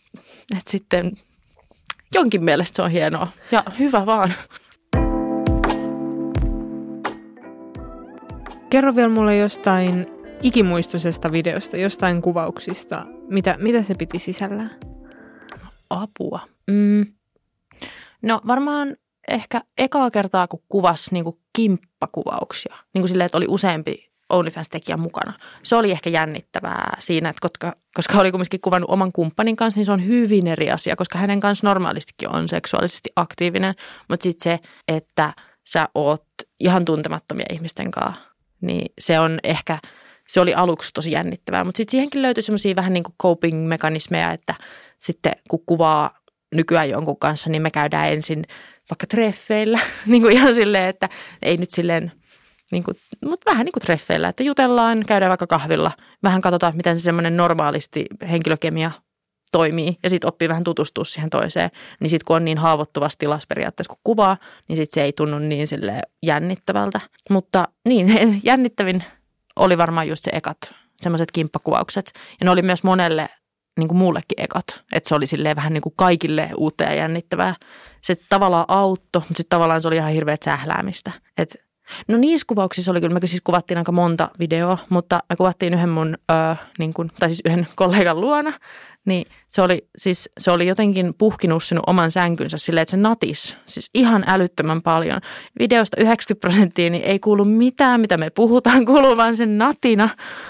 että sitten jonkin mielestä se on hienoa ja hyvä vaan. Kerro vielä mulle jostain ikimuistoisesta videosta, jostain kuvauksista. Mitä, mitä se piti sisällään? Apua. Mm. No varmaan ehkä ekaa kertaa, kun kuvasi niin kuin kimppakuvauksia. Niin kuin silleen, että oli useampi OnlyFans-tekijä mukana. Se oli ehkä jännittävää siinä, että koska, koska oli kumminkin kuvannut oman kumppanin kanssa, niin se on hyvin eri asia, koska hänen kanssa normaalistikin on seksuaalisesti aktiivinen. Mutta sitten se, että sä oot ihan tuntemattomia ihmisten kanssa, niin se on ehkä, se oli aluksi tosi jännittävää. Mutta sitten siihenkin löytyi semmoisia vähän niin kuin coping-mekanismeja, että sitten kun kuvaa nykyään jonkun kanssa, niin me käydään ensin vaikka treffeillä, niin kuin ihan silleen, että ei nyt silleen, niin kuin, mutta vähän niin kuin treffeillä, että jutellaan, käydään vaikka kahvilla, vähän katsotaan, miten se semmoinen normaalisti henkilökemia toimii ja sitten oppii vähän tutustua siihen toiseen. Niin sitten kun on niin haavoittuvassa tilassa periaatteessa kun kuvaa, niin sitten se ei tunnu niin silleen jännittävältä. Mutta niin, jännittävin oli varmaan just se ekat, semmoiset kimppakuvaukset. Ja ne oli myös monelle niin kuin muullekin ekat, että se oli silleen vähän niin kuin kaikille uutta ja jännittävää. Se tavallaan auttoi, mutta sitten tavallaan se oli ihan hirveät sähläämistä. Et, no niissä kuvauksissa oli kyllä, me siis kuvattiin aika monta videoa, mutta me kuvattiin yhden mun, ö, niin kuin, tai siis yhden kollegan luona, niin se oli, siis, se oli jotenkin puhkinut sinun oman sänkynsä silleen, että se natisi siis ihan älyttömän paljon. Videosta yhdeksänkymmentä prosenttia niin ei kuulu mitään, mitä me puhutaan, kuuluu vaan sen natina.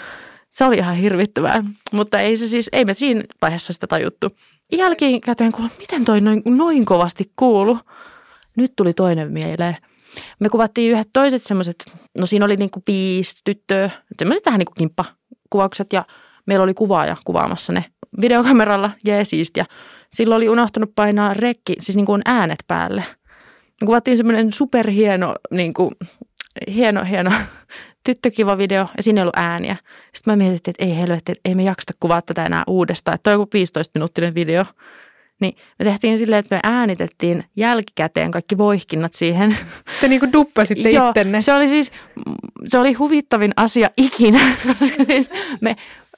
Se oli ihan hirvittävää, mutta ei se siis, ei me siinä vaiheessa sitä tajuttu. Jälkikäteen kuuluu, miten toi noin, noin kovasti kuulu. Nyt tuli toinen mieleen. Me kuvattiin yhdet toiset semmoiset, no siinä oli niinku viisi tyttöä, semmoiset vähän niin kuin kimppakuvaukset ja meillä oli kuvaaja kuvaamassa ne videokameralla, jeesiist. Ja silloin oli unohtunut painaa rekki, siis niin kuin äänet päälle. Me kuvattiin semmoinen superhieno, niin kuin, hieno, hieno tyttökiva video ja siinä ei ollut ääniä. Sitten mä mietin, että ei helvetti, että ei me jakseta kuvaa tätä enää uudestaan. Että toi on joku viisitoista-minuuttinen video. Niin me tehtiin silleen, että me äänitettiin jälkikäteen kaikki voihkinnat siihen. Te niin kuin duppasitte ittenne. Joo, se oli siis, se oli huvittavin asia ikinä, koska siis me,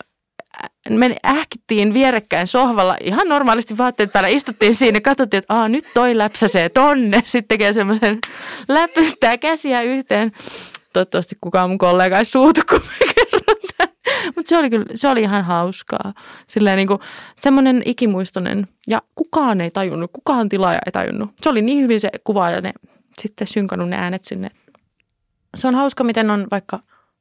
me ähkittiin vierekkäin sohvalla ihan normaalisti vaatteet päällä. Istuttiin siinä ja katsottiin, että Aa, nyt toi läpsäsee tonne. Sitten tekee semmoisen, läpyttää käsiä yhteen. Toivottavasti kukaan mun kollega ei suutu, kun me kerron tämän. Mutta se oli kyllä, se oli ihan hauskaa. Silleen niin kuin semmoinen ikimuistoinen. Ja kukaan ei tajunnut, kukaan tilaaja ei tajunnut. Se oli niin hyvin se kuva ja ne sitten synkannut ne äänet sinne. Se on hauska, miten on vaikka,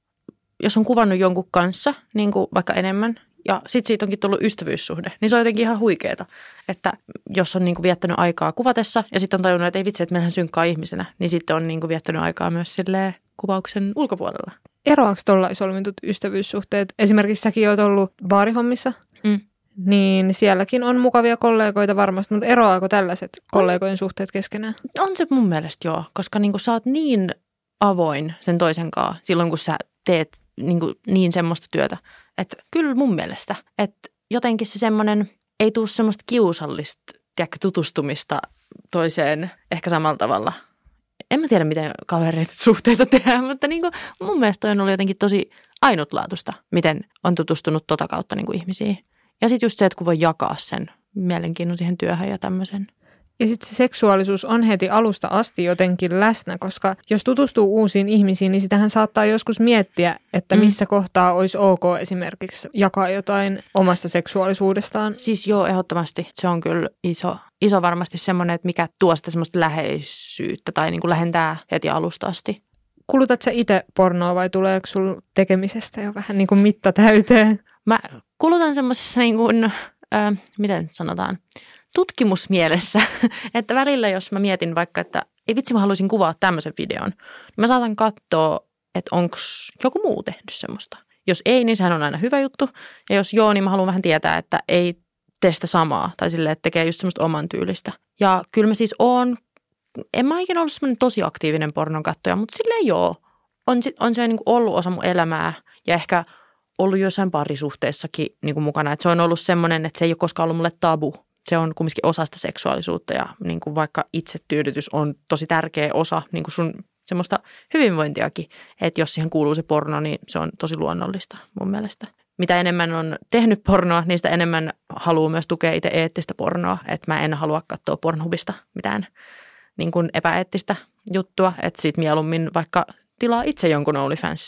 jos on kuvannut jonkun kanssa, niin kuin vaikka enemmän, ja sitten siitä onkin tullut ystävyyssuhde, niin se on jotenkin ihan huikeeta, että jos on niin kuin viettänyt aikaa kuvatessa ja sitten on tajunnut, että ei vitsi, että meillähän synkkaa ihmisenä, niin sitten on niin kuin viettänyt aikaa myös silleen kuvauksen ulkopuolella. Eroako tuolla solmitut ystävyyssuhteet? Esimerkiksi säkin oot ollut baarihommissa, mm. niin sielläkin on mukavia kollegoita varmasti, mutta eroaako tällaiset kollegojen suhteet keskenään? On se mun mielestä joo, koska niin kuin sä oot niin avoin sen toisen kanssa silloin, kun sä teet niin, kuin niin semmoista työtä. Että kyllä mun mielestä, että jotenkin se semmoinen, ei tule semmoista kiusallista tiedätkö, tutustumista toiseen ehkä samalla tavalla. En mä tiedä, miten kavereita suhteita tehdään, mutta niin kuin mun mielestä on ollut jotenkin tosi ainutlaatuista, miten on tutustunut tota kautta niin kuin ihmisiin. Ja sitten just se, että kun voi jakaa sen mielenkiinnon siihen työhön ja tämmöisen. Ja sitten se seksuaalisuus on heti alusta asti jotenkin läsnä, koska jos tutustuu uusiin ihmisiin, niin sitähän saattaa joskus miettiä, että missä mm. kohtaa olisi ok esimerkiksi jakaa jotain omasta seksuaalisuudestaan. Siis joo, ehdottomasti. Se on kyllä iso, iso varmasti semmoinen, että mikä tuo sitä semmoista läheisyyttä tai niin kuin lähentää heti alusta asti. Kulutat sä itse pornoa vai tuleeko sul tekemisestä jo vähän niin kuin mitta täyteen? Mä kulutan semmoisessa niin kuin, äh, miten sanotaan, tutkimusmielessä, että välillä jos mä mietin vaikka, että ei vitsi mä haluaisin kuvaa tämmöisen videon, niin mä saatan katsoa, että onko joku muu tehnyt semmoista. Jos ei, niin sehän on aina hyvä juttu. Ja jos joo, niin mä haluan vähän tietää, että ei tee sitä samaa. Tai silleen, että tekee just semmoista oman tyylistä. Ja kyllä mä siis oon, en mä ikinä ollut semmoinen tosi aktiivinen pornon kattoja, mutta silleen joo. On, on se niin kuin ollut osa mun elämää ja ehkä ollut jossain parisuhteessakin niin kuin mukana. Että se on ollut semmoinen, että se ei ole koskaan ollut mulle tabu. Se on kumminkin osa sitä seksuaalisuutta ja niin kuin vaikka itsetyydytys on tosi tärkeä osa niin kuin sun semmoista hyvinvointiakin. Että jos siihen kuuluu se porno, niin se on tosi luonnollista mun mielestä. Mitä enemmän on tehnyt pornoa, niin sitä enemmän haluaa myös tukea itse eettistä pornoa. Että mä en halua katsoa Pornhubista mitään niin kuin epäeettistä juttua. Että sit mieluummin vaikka tilaa itse jonkun OnlyFansin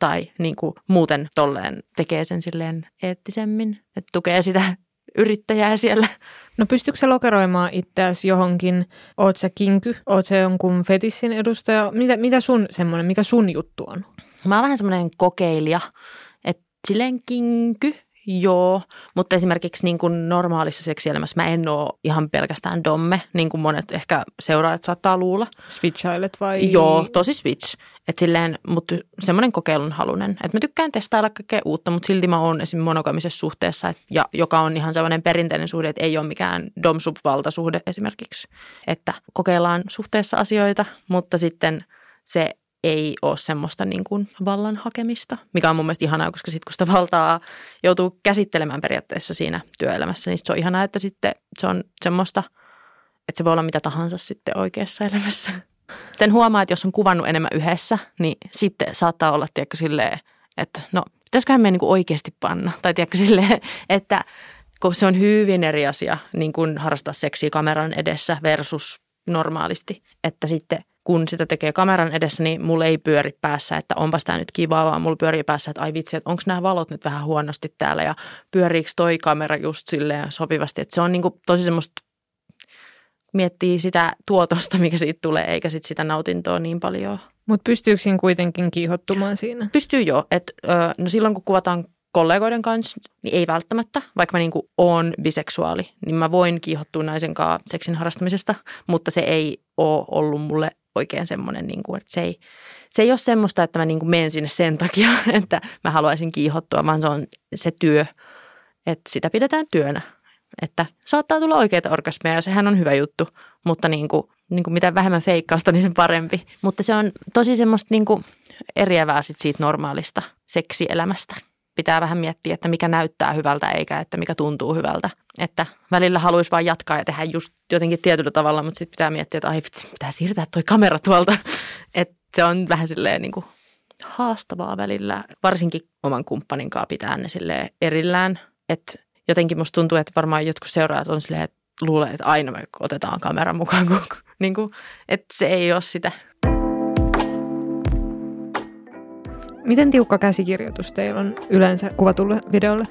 tai niin kuin muuten tolleen tekee sen silleen eettisemmin, että tukee sitä yrittäjää siellä. No pystytkö sä lokeroimaan itseäsi johonkin? Oot sä kinky? Oot sä jonkun fetissin edustaja? Mitä, mitä sun semmoinen, mikä sun juttu on? Mä oon vähän semmoinen kokeilija, että silleen kinky, joo, mutta esimerkiksi niin kuin normaalissa seksielämässä mä en ole ihan pelkästään domme, niin kuin monet ehkä seuraajat saattaa luulla. Switchailet vai? Joo, tosi switch. Että silleen, mutta semmoinen kokeilun halunen. Että mä tykkään testailla kaikkea uutta, mutta silti mä oon esimerkiksi monogamisessa suhteessa, et, ja, joka on ihan semmoinen perinteinen suhde, että ei ole mikään dom-sub-valtasuhde esimerkiksi. Että kokeillaan suhteessa asioita, mutta sitten se ei ole semmoista niin kuin vallan hakemista, mikä on mun mielestä ihanaa, koska sitten kun sitä valtaa joutuu käsittelemään periaatteessa siinä työelämässä, niin se on ihanaa, että sitten se on semmoista, että se voi olla mitä tahansa sitten oikeassa elämässä. Sen huomaa, että jos on kuvannut enemmän yhdessä, niin sitten saattaa olla, tiedätkö, silleen, että no, pitäisiköhän me niin kuin oikeasti panna. Tai tiedätkö, silleen, että kun se on hyvin eri asia niin kuin harrastaa seksiä kameran edessä versus normaalisti, että sitten kun sitä tekee kameran edessä, niin mulla ei pyöri päässä, että onpas tämä nyt kivaa, vaan mulla pyörii päässä, että ai vitsi, että onko nämä valot nyt vähän huonosti täällä ja pyöriikö toi kamera just silleen sopivasti. Että se on niin kuin tosi semmoista, miettii sitä tuotosta, mikä siitä tulee, eikä sit sitä nautintoa niin paljon. Mutta pystyykö siinä kuitenkin kiihottumaan siinä? Pystyy jo. Et, no silloin kun kuvataan kollegoiden kanssa, niin ei välttämättä, vaikka mä niin kuin oon biseksuaali, niin mä voin kiihottua naisen kanssa seksin harrastamisesta, mutta se ei ole ollut mulle oikein semmoinen, niin kuin, että se ei, se ei ole semmoista, että mä niin kuin menen sinne sen takia, että mä haluaisin kiihottua, vaan se on se työ, että sitä pidetään työnä. Että saattaa tulla oikeita orgasmeja ja sehän on hyvä juttu, mutta niin kuin, niin kuin mitä vähemmän feikkausta, niin sen parempi. Mutta se on tosi semmoista niin kuin eriävää sit siitä normaalista seksielämästä. Pitää vähän miettiä, että mikä näyttää hyvältä eikä, että mikä tuntuu hyvältä. Että välillä haluaisi vaan jatkaa ja tehdä just jotenkin tietyllä tavalla, mutta sitten pitää miettiä, että ai vitsi, pitää siirtää toi kamera tuolta. Että se on vähän silleen niin kuin haastavaa välillä, varsinkin oman kumppanin kanssa pitää ne silleen erillään. Että jotenkin musta tuntuu, että varmaan jotkut seuraajat on silleen, että luulee, että aina me otetaan kameran mukaan, kun, niin kuin, että se ei ole sitä. Miten tiukka käsikirjoitus teillä on yleensä kuvatulle videolle?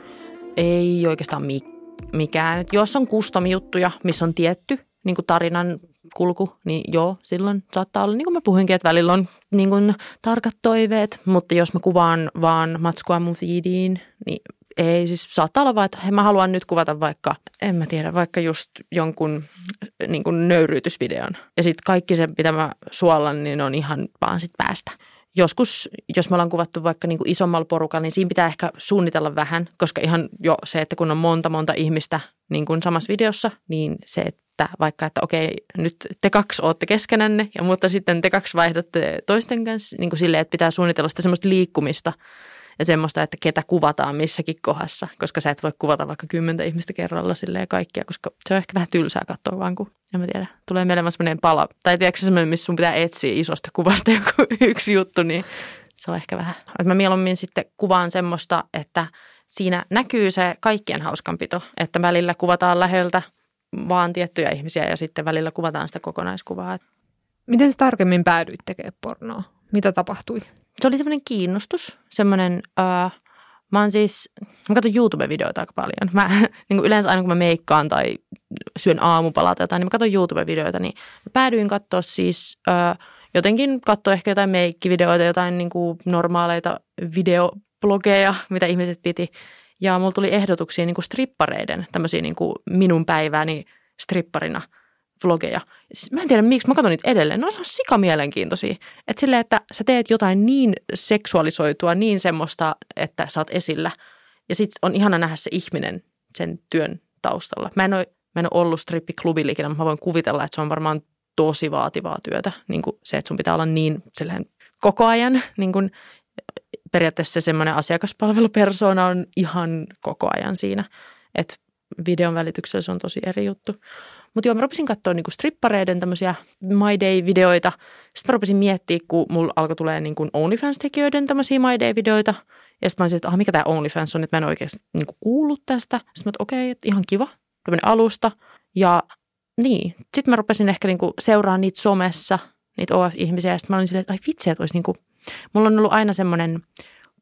Ei oikeastaan mikään. Et jos on custom-juttuja, missä on tietty niin kuin tarinan kulku, niin joo, silloin saattaa olla, niin kuin mä puhuinkin, että välillä on niin kuin tarkat toiveet. Mutta jos mä kuvaan vaan matskua mun feediin, niin ei, siis saattaa olla vaan, että mä haluan nyt kuvata vaikka, en mä tiedä, vaikka just jonkun niin kuin nöyryytysvideon. Ja sitten kaikki se, mitä mä suolan, niin on ihan vaan sit päästä. Joskus, jos me ollaan kuvattu vaikka niin kuin isommalla porukalla, niin siinä pitää ehkä suunnitella vähän, koska ihan jo se, että kun on monta monta ihmistä niin kuin samassa videossa, niin se, että vaikka, että okei, nyt te kaksi ootte keskenänne, ja mutta sitten te kaksi vaihdatte toisten kanssa, niin kuin silleen, että pitää suunnitella sitä semmoista liikkumista ja semmoista, että ketä kuvataan missäkin kohdassa, koska sä et voi kuvata vaikka kymmentä ihmistä kerralla silleen kaikkia, koska se on ehkä vähän tylsää katsoa vaan, kun en mä tiedä, tulee mieleen semmoinen pala, tai tiedätkö semmoinen, missä sun pitää etsiä isosta kuvasta joku yksi juttu, niin se on ehkä vähän. Että mä mieluummin sitten kuvaan semmoista, että siinä näkyy se kaikkien hauskanpito, että välillä kuvataan läheltä vaan tiettyjä ihmisiä ja sitten välillä kuvataan sitä kokonaiskuvaa. Miten sä tarkemmin päädyit tekemään pornoa? Mitä tapahtui? Se oli semmoinen kiinnostus, semmoinen, äh, mä oon siis, mä katson YouTube-videoita aika paljon. Mä niin kuin yleensä aina kun mä meikkaan tai syön aamupalaa tai jotain, niin mä katson YouTube-videoita, niin mä päädyin katsoa siis äh, jotenkin katsoa ehkä jotain meikkivideoita, jotain niin kuin normaaleita videoblogeja, mitä ihmiset piti. Ja mulla tuli ehdotuksia niin kuin strippareiden, tämmöisiä niin kuin minun päivääni stripparina vlogeja. Mä en tiedä, miksi mä katson niitä edelleen. Ne on ihan sikamielenkiintoisia. Että silleen, että sä teet jotain niin seksuaalisoitua, niin semmoista, että sä oot esillä. Ja sit on ihana nähdä se ihminen sen työn taustalla. Mä en ole, mä en ole ollut strippiklubilla ikinä, mutta mä voin kuvitella, että se on varmaan tosi vaativaa työtä. Niin kuin se, että sun pitää olla niin silleen koko ajan. Niin kuin periaatteessa se semmoinen asiakaspalvelupersona on ihan koko ajan siinä. Että videon välityksellä se on tosi eri juttu. Mutta joo, mä rupesin katsoa niinku strippareiden tämmöisiä My Day-videoita. Sitten mä rupesin miettiä, kun mulla alkoi tulee niinku OnlyFans-tekijöiden tämmöisiä My Day-videoita. Ja sitten mä olisin, että ah, mikä tämä OnlyFans on, että mä en oikeasti niinku kuullut tästä. Sitten mä että okei, että ihan kiva, tämmöinen alusta. Ja niin, sitten mä rupesin ehkä niinku seuraamaan niitä somessa, niitä O F-ihmisiä. Ja sitten mä olin silleen, että ai vitsi, että olisi niinku, mulla on ollut aina semmoinen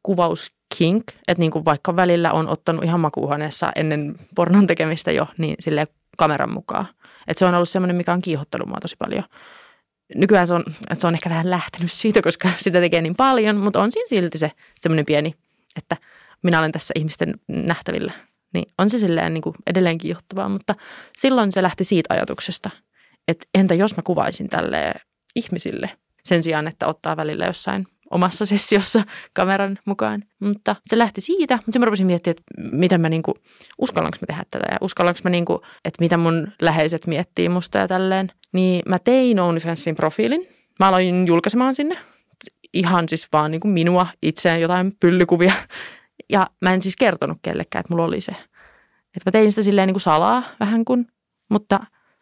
kuvauskink, että niin kuin vaikka välillä on ottanut ihan makuuhuoneessa ennen pornon tekemistä jo, niin silleen kameran mukaan. Että se on ollut semmoinen, mikä on kiihottanut mua tosi paljon. Nykyään se on, että se on ehkä vähän lähtenyt siitä, koska sitä tekee niin paljon, mutta on siinä silti se semmoinen pieni, että minä olen tässä ihmisten nähtävillä. Niin on se silleen niin kuin edelleen kiihottavaa, mutta silloin se lähti siitä ajatuksesta, että entä jos mä kuvaisin tälleen ihmisille sen sijaan, että ottaa välillä jossain omassa sessiossa kameran mukaan. Mutta se lähti siitä, mutta sitten mä rupesin miettimään, että miten mä niinku, uskallanko mä tehdä tätä ja uskallanko mä niinku, että mitä mun läheiset miettii musta ja tälleen. Niin mä tein OnlyFansin profiilin. Mä aloin julkaisemaan sinne ihan siis vaan niinku minua itseään jotain pyllykuvia. Ja mä en siis kertonut kellekään, että mulla oli se. Että mä tein sitä silleen niinku salaa vähän kuin, mutta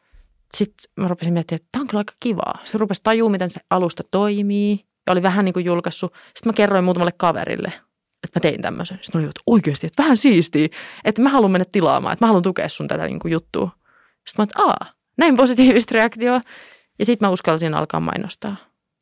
sitten mä rupesin miettimään, että tää on kyllä aika kivaa. Sitten rupesin tajua, miten se alusta toimii. Ja oli vähän niin kuin julkaissut. Sitten mä kerroin muutamalle kaverille, että mä tein tämmöisen. Sitten mä olin, että oikeasti, että vähän siistiä. Että mä haluan mennä tilaamaan, että mä haluan tukea sun tätä niin kuin juttua. Sitten mä olin, että aah, näin positiivista reaktioa. Ja sitten mä uskalsin alkaa mainostaa.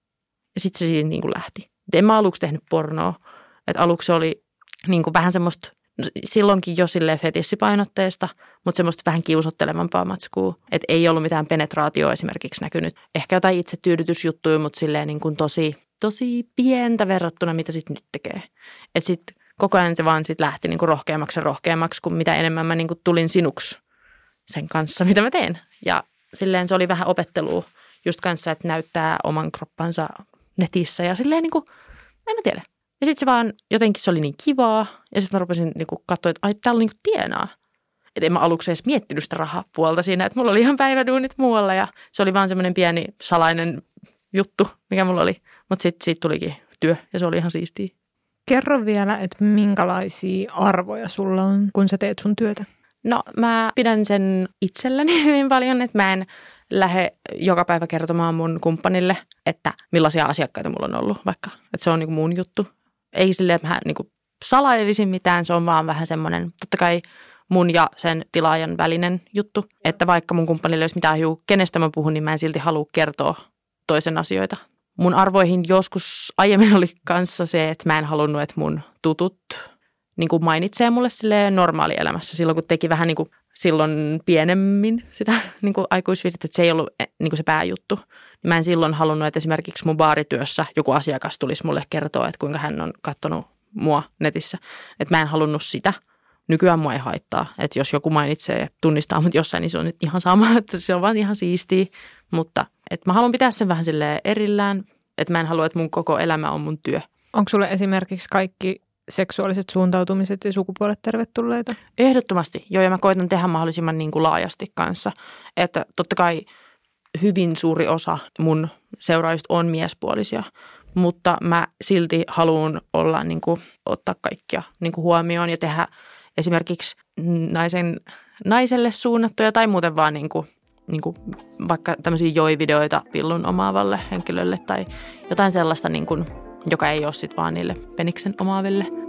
Ja sitten se siitä niin kuin lähti. Et en mä aluksi tehnyt pornoa. Että aluksi oli niin kuin vähän semmoista, silloinkin jo silleen fetissipainotteista, mutta semmoista vähän kiusottelevampaa matskua. Että ei ollut mitään penetraatioa esimerkiksi näkynyt. Ehkä jotain itsetyydytysjuttuja, mutta silleen niin kuin tosi, tosi pientä verrattuna, mitä sitten nyt tekee. Että sitten koko ajan se vaan sit lähti niin kuin rohkeammaksi ja rohkeammaksi, kun mitä enemmän mä niin kuin tulin sinuksi sen kanssa, mitä mä teen. Ja silleen se oli vähän opettelua just kanssa, että näyttää oman kroppansa netissä ja silleen niin kuin, en mä tiedä. Ja sitten se vaan jotenkin se oli niin kivaa ja sitten mä rupesin niin kuin katsoa, että ai täällä niin kuin tienaa. Että en mä aluksi edes miettinyt sitä rahapuolta siinä, että mulla oli ihan päiväduunit muualla ja se oli vaan semmoinen pieni salainen juttu, mikä mulla oli. Mutta sitten siitä tulikin työ ja se oli ihan siistiä. Kerro vielä, että minkälaisia arvoja sulla on, kun sä teet sun työtä? No mä pidän sen itselläni hyvin paljon, että mä en lähde joka päivä kertomaan mun kumppanille, että millaisia asiakkaita mulla on ollut vaikka. Että se on niinku mun juttu. Ei silleen, että mä niinku salailisin mitään, se on vaan vähän semmoinen, totta kai mun ja sen tilaajan välinen juttu. Että vaikka mun kumppanille olisi mitään huu, kenestä mä puhun, niin mä en silti halua kertoa toisen asioita. Mun arvoihin joskus aiemmin oli kanssa se, että mä en halunnut, että mun tutut niin kuin mainitsee mulle silleen normaalielämässä silloin, kun teki vähän niin kuin silloin pienemmin sitä niin kuin aikuisviihdettä, että se ei ollut niin kuin se pääjuttu. Niin mä en silloin halunnut, että esimerkiksi mun baarityössä joku asiakas tulisi mulle kertoa, että kuinka hän on katsonut mua netissä. Että mä en halunnut sitä. Nykyään mua ei haittaa, että jos joku mainitsee ja tunnistaa mut jossain, niin se on nyt ihan sama, että se on vaan ihan siistiä. Mutta että mä haluan pitää sen vähän silleen erillään, että mä en halua, että mun koko elämä on mun työ. Onko sulle esimerkiksi kaikki seksuaaliset suuntautumiset ja sukupuolet tervetulleita? Ehdottomasti. Joo, ja mä koitan tehdä mahdollisimman niin kuin laajasti kanssa. Että totta kai hyvin suuri osa mun seuraajista on miespuolisia, mutta mä silti haluan olla, niin kuin, ottaa kaikkia niin kuin huomioon ja tehdä esimerkiksi naisen, naiselle suunnattuja tai muuten vaan niin kuin, niin kuin vaikka tämmöisiä joi-videoita pillun omaavalle henkilölle tai jotain sellaista, niin kuin, joka ei ole sitten vaan niille peniksen omaaville.